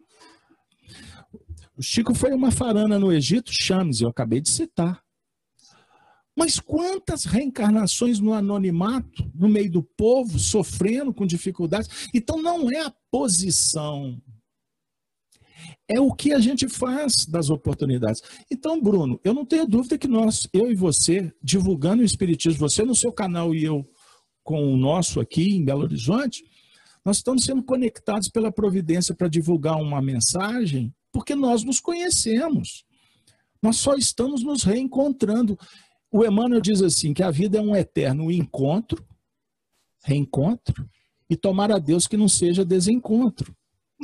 O Chico foi uma farana no Egito, Chames, eu acabei de citar. Mas quantas reencarnações no anonimato, no meio do povo, sofrendo com dificuldades? Então não é a posição, é o que a gente faz das oportunidades. Então, Bruno, eu não tenho dúvida que eu e você, divulgando o Espiritismo, você no seu canal e eu com o nosso aqui em Belo Horizonte, nós estamos sendo conectados pela providência para divulgar uma mensagem, porque nós nos conhecemos. Nós só estamos nos reencontrando. O Emmanuel diz assim, que a vida é um eterno encontro, reencontro, e tomar a Deus que não seja desencontro.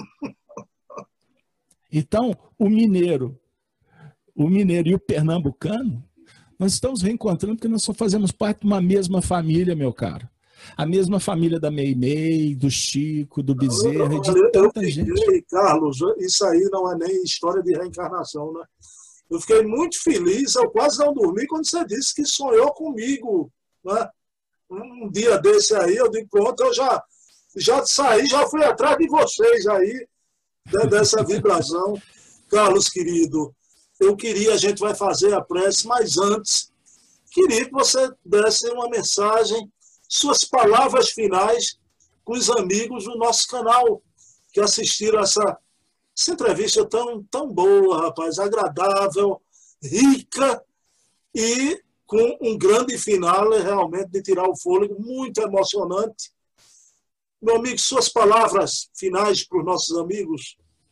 Então, o mineiro e o pernambucano, nós estamos reencontrando porque nós só fazemos parte de uma mesma família, meu caro. A mesma família da Meimei, do Chico, do Bezerra, e de tanta gente. Carlos, isso aí não é nem história de reencarnação, né? Eu fiquei muito feliz, eu quase não dormi quando você disse que sonhou comigo, né? Um dia desse aí, eu digo, pronto, eu já saí, já fui atrás de vocês aí, dessa vibração. Carlos, querido, a gente vai fazer a prece, mas antes, queria que você desse uma mensagem, suas palavras finais com os amigos do nosso canal que assistiram essa entrevista tão boa, rapaz, agradável, rica e com um grande final, realmente, de tirar o fôlego, muito emocionante. Meu amigo, suas palavras finais para os nossos amigos.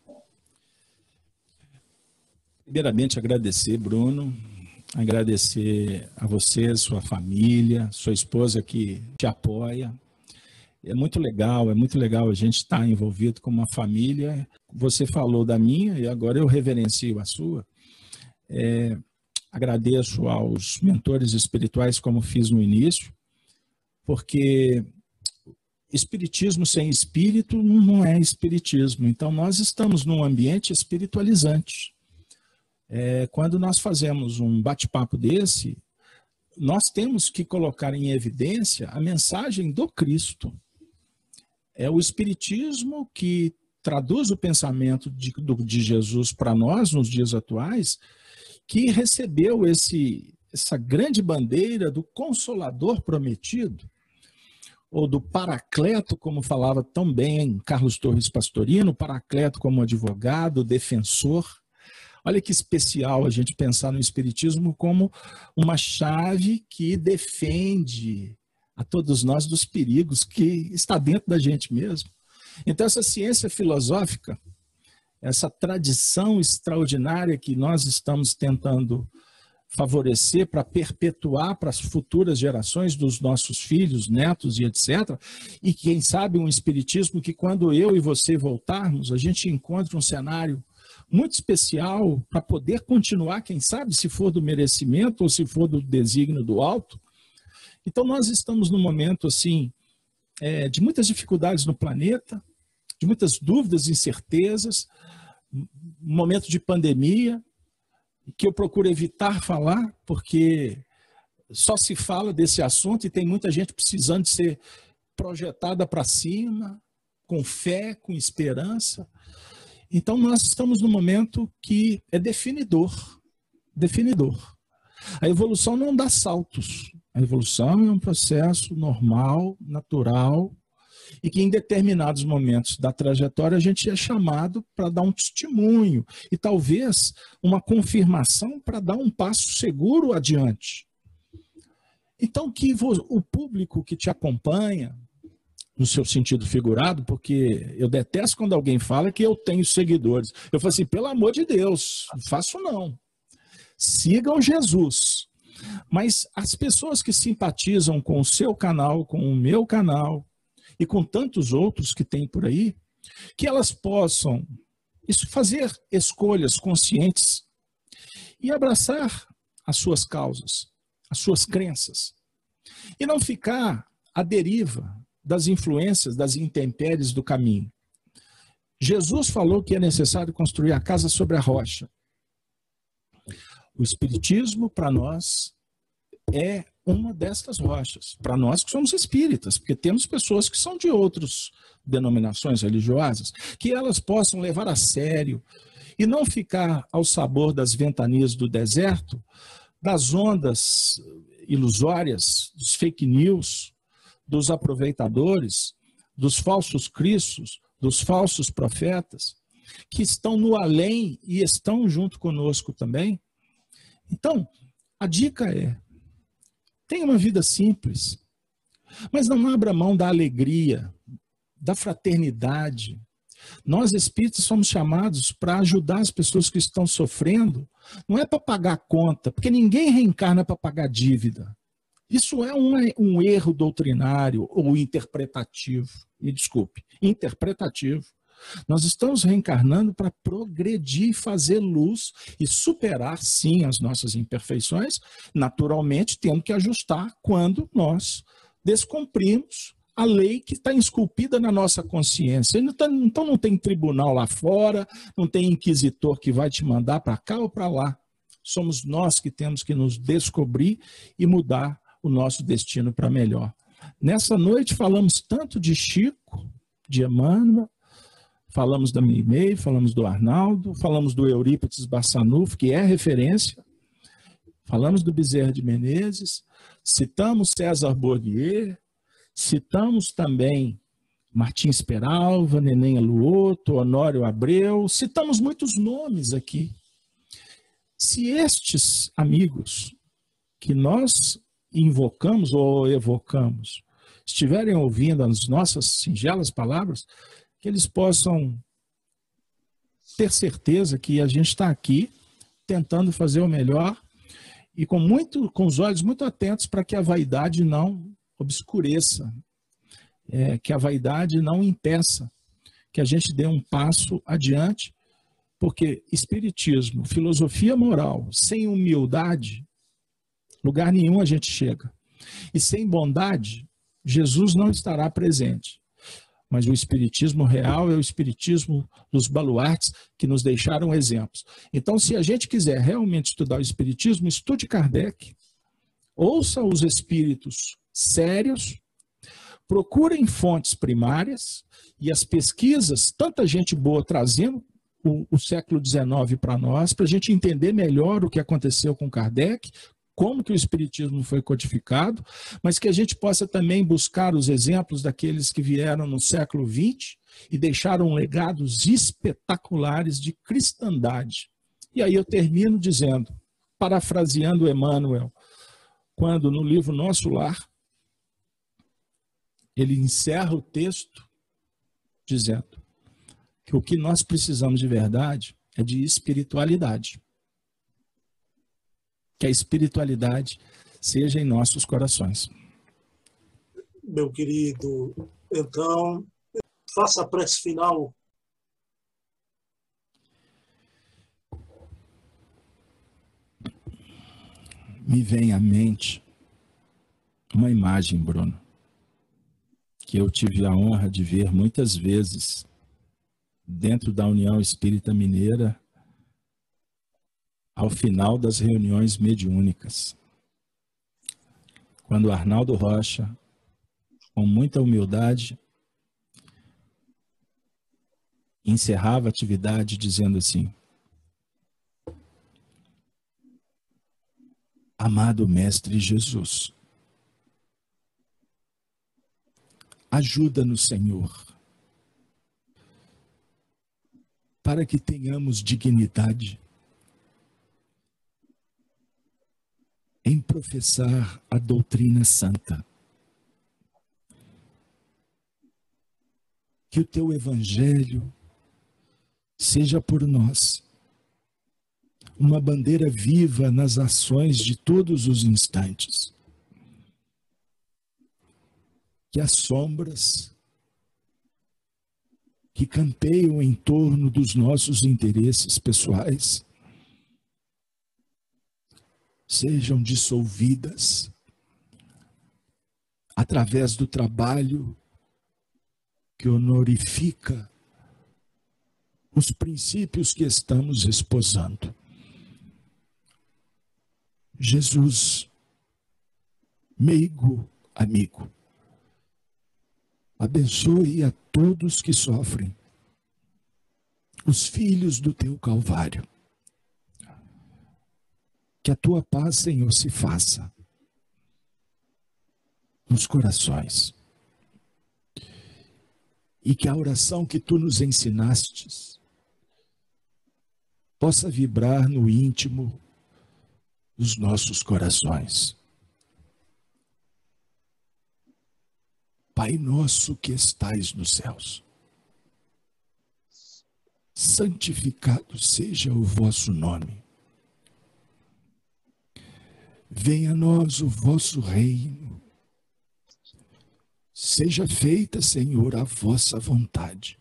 Primeiramente, agradecer, Bruno, agradecer a você, sua família, sua esposa que te apoia. É muito legal a gente estar envolvido com uma família. Você falou da minha e agora eu reverencio a sua. Agradeço aos mentores espirituais, como fiz no início, porque espiritismo sem espírito não é espiritismo. Então, nós estamos num ambiente espiritualizante. Quando nós fazemos um bate-papo desse, nós temos que colocar em evidência a mensagem do Cristo. É o Espiritismo que traduz o pensamento de Jesus para nós nos dias atuais, que recebeu essa grande bandeira do Consolador prometido, ou do Paracleto, como falava tão bem Carlos Torres Pastorino, Paracleto como advogado, defensor. Olha que especial a gente pensar no Espiritismo como uma chave que defende a todos nós dos perigos que está dentro da gente mesmo. Então, essa ciência filosófica, essa tradição extraordinária que nós estamos tentando favorecer para perpetuar para as futuras gerações dos nossos filhos, netos e etc. E quem sabe um espiritismo que quando eu e você voltarmos, a gente encontre um cenário muito especial para poder continuar, quem sabe, se for do merecimento ou se for do desígnio do alto. Então nós estamos num momento assim, de muitas dificuldades no planeta, de muitas dúvidas e incertezas, um momento de pandemia, que eu procuro evitar falar, porque só se fala desse assunto e tem muita gente precisando de ser projetada para cima, com fé, com esperança. Então nós estamos num momento que é definidor. A evolução não dá saltos. A evolução é um processo normal, natural, e que em determinados momentos da trajetória a gente é chamado para dar um testemunho e talvez uma confirmação para dar um passo seguro adiante. Então que o público que te acompanha, no seu sentido figurado, porque eu detesto quando alguém fala que eu tenho seguidores. Eu falo assim, pelo amor de Deus, não faço não. Sigam Jesus. Mas as pessoas que simpatizam com o seu canal, com o meu canal, e com tantos outros que tem por aí, que elas possam fazer escolhas conscientes e abraçar as suas causas, as suas crenças, e não ficar à deriva das influências, das intempéries do caminho. Jesus falou que é necessário construir a casa sobre a rocha. O Espiritismo, para nós, é uma destas rochas, para nós que somos espíritas, porque temos pessoas que são de outras denominações religiosas, que elas possam levar a sério e não ficar ao sabor das ventanias do deserto, das ondas ilusórias, dos fake news, dos aproveitadores, dos falsos cristos, dos falsos profetas, que estão no além e estão junto conosco também. Então, a dica é: tenha uma vida simples, mas não abra mão da alegria, da fraternidade. Nós espíritas somos chamados para ajudar as pessoas que estão sofrendo. Não é para pagar conta, porque ninguém reencarna para pagar dívida. Isso é um erro doutrinário ou interpretativo. Me desculpe, interpretativo. Nós estamos reencarnando para progredir, fazer luz e superar, sim, as nossas imperfeições, naturalmente tendo que ajustar quando nós descumprimos a lei que está esculpida na nossa consciência. Então não tem tribunal lá fora, não tem inquisitor que vai te mandar para cá ou para lá. Somos nós que temos que nos descobrir e mudar o nosso destino para melhor. Nessa noite falamos tanto de Chico, de Emmanuel, falamos da Mimei, falamos do Arnaldo, falamos do Eurípides Barçanufo, que é referência, falamos do Bezerra de Menezes, citamos César Borguier, citamos também Martins Peralva, Neném Aluoto, Honório Abreu, citamos muitos nomes aqui. Se estes amigos que nós invocamos ou evocamos estiverem ouvindo as nossas singelas palavras, que eles possam ter certeza que a gente está aqui tentando fazer o melhor e com os olhos muito atentos para que a vaidade não obscureça, que a vaidade não impeça, que a gente dê um passo adiante, porque espiritismo, filosofia moral, sem humildade, lugar nenhum a gente chega. E sem bondade, Jesus não estará presente. Mas o espiritismo real é o espiritismo dos baluartes que nos deixaram exemplos. Então, se a gente quiser realmente estudar o espiritismo, estude Kardec, ouça os espíritos sérios, procurem fontes primárias e as pesquisas, tanta gente boa trazendo o século XIX para nós, para a gente entender melhor o que aconteceu com Kardec, como que o espiritismo foi codificado, mas que a gente possa também buscar os exemplos daqueles que vieram no século XX e deixaram legados espetaculares de cristandade E aí eu termino dizendo, parafraseando Emmanuel, quando no livro Nosso Lar, ele encerra o texto dizendo que o que nós precisamos de verdade é de espiritualidade. Que a espiritualidade seja em nossos corações. Meu querido, então, faça a prece final. Me vem à mente uma imagem, Bruno, que eu tive a honra de ver muitas vezes dentro da União Espírita Mineira, ao final das reuniões mediúnicas. Quando Arnaldo Rocha, com muita humildade, encerrava a atividade dizendo assim: amado Mestre Jesus, ajuda-nos, Senhor, para que tenhamos dignidade em professar a doutrina santa. Que o teu evangelho seja por nós uma bandeira viva nas ações de todos os instantes. Que as sombras que campeiam em torno dos nossos interesses pessoais sejam dissolvidas através do trabalho que honorifica os princípios que estamos esposando. Jesus, meigo amigo, abençoe a todos que sofrem, os filhos do teu Calvário. Que a tua paz, Senhor, se faça nos corações. E que a oração que tu nos ensinastes possa vibrar no íntimo dos nossos corações. Pai nosso que estais nos céus, santificado seja o vosso nome. Venha a nós o vosso reino. Seja feita, Senhor, a vossa vontade,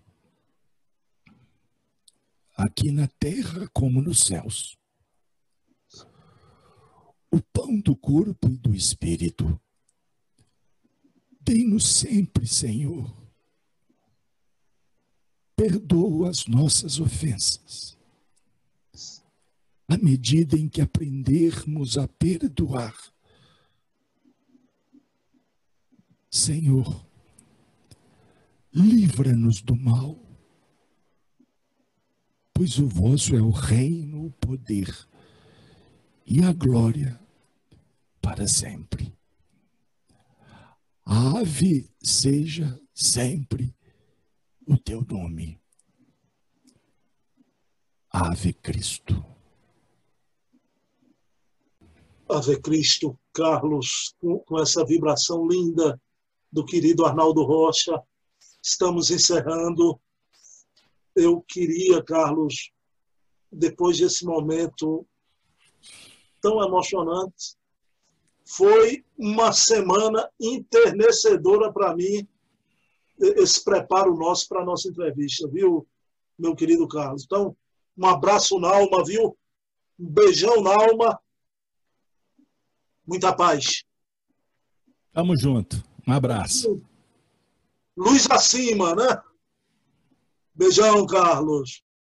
aqui na terra como nos céus. O pão do corpo e do espírito, dê-nos sempre, Senhor. Perdoa as nossas ofensas, à medida em que aprendermos a perdoar. Senhor, livra-nos do mal, pois o vosso é o reino, o poder e a glória para sempre. Ave seja sempre o teu nome. Ave Cristo. Ave Cristo, Carlos, com essa vibração linda do querido Arnaldo Rocha, estamos encerrando. Eu queria, Carlos, depois desse momento tão emocionante, foi uma semana enternecedora para mim, esse preparo nosso para a nossa entrevista, viu, meu querido Carlos? Então, um abraço na alma, viu? Um beijão na alma. Muita paz. Tamo junto. Um abraço. Luz acima, né? Beijão, Carlos.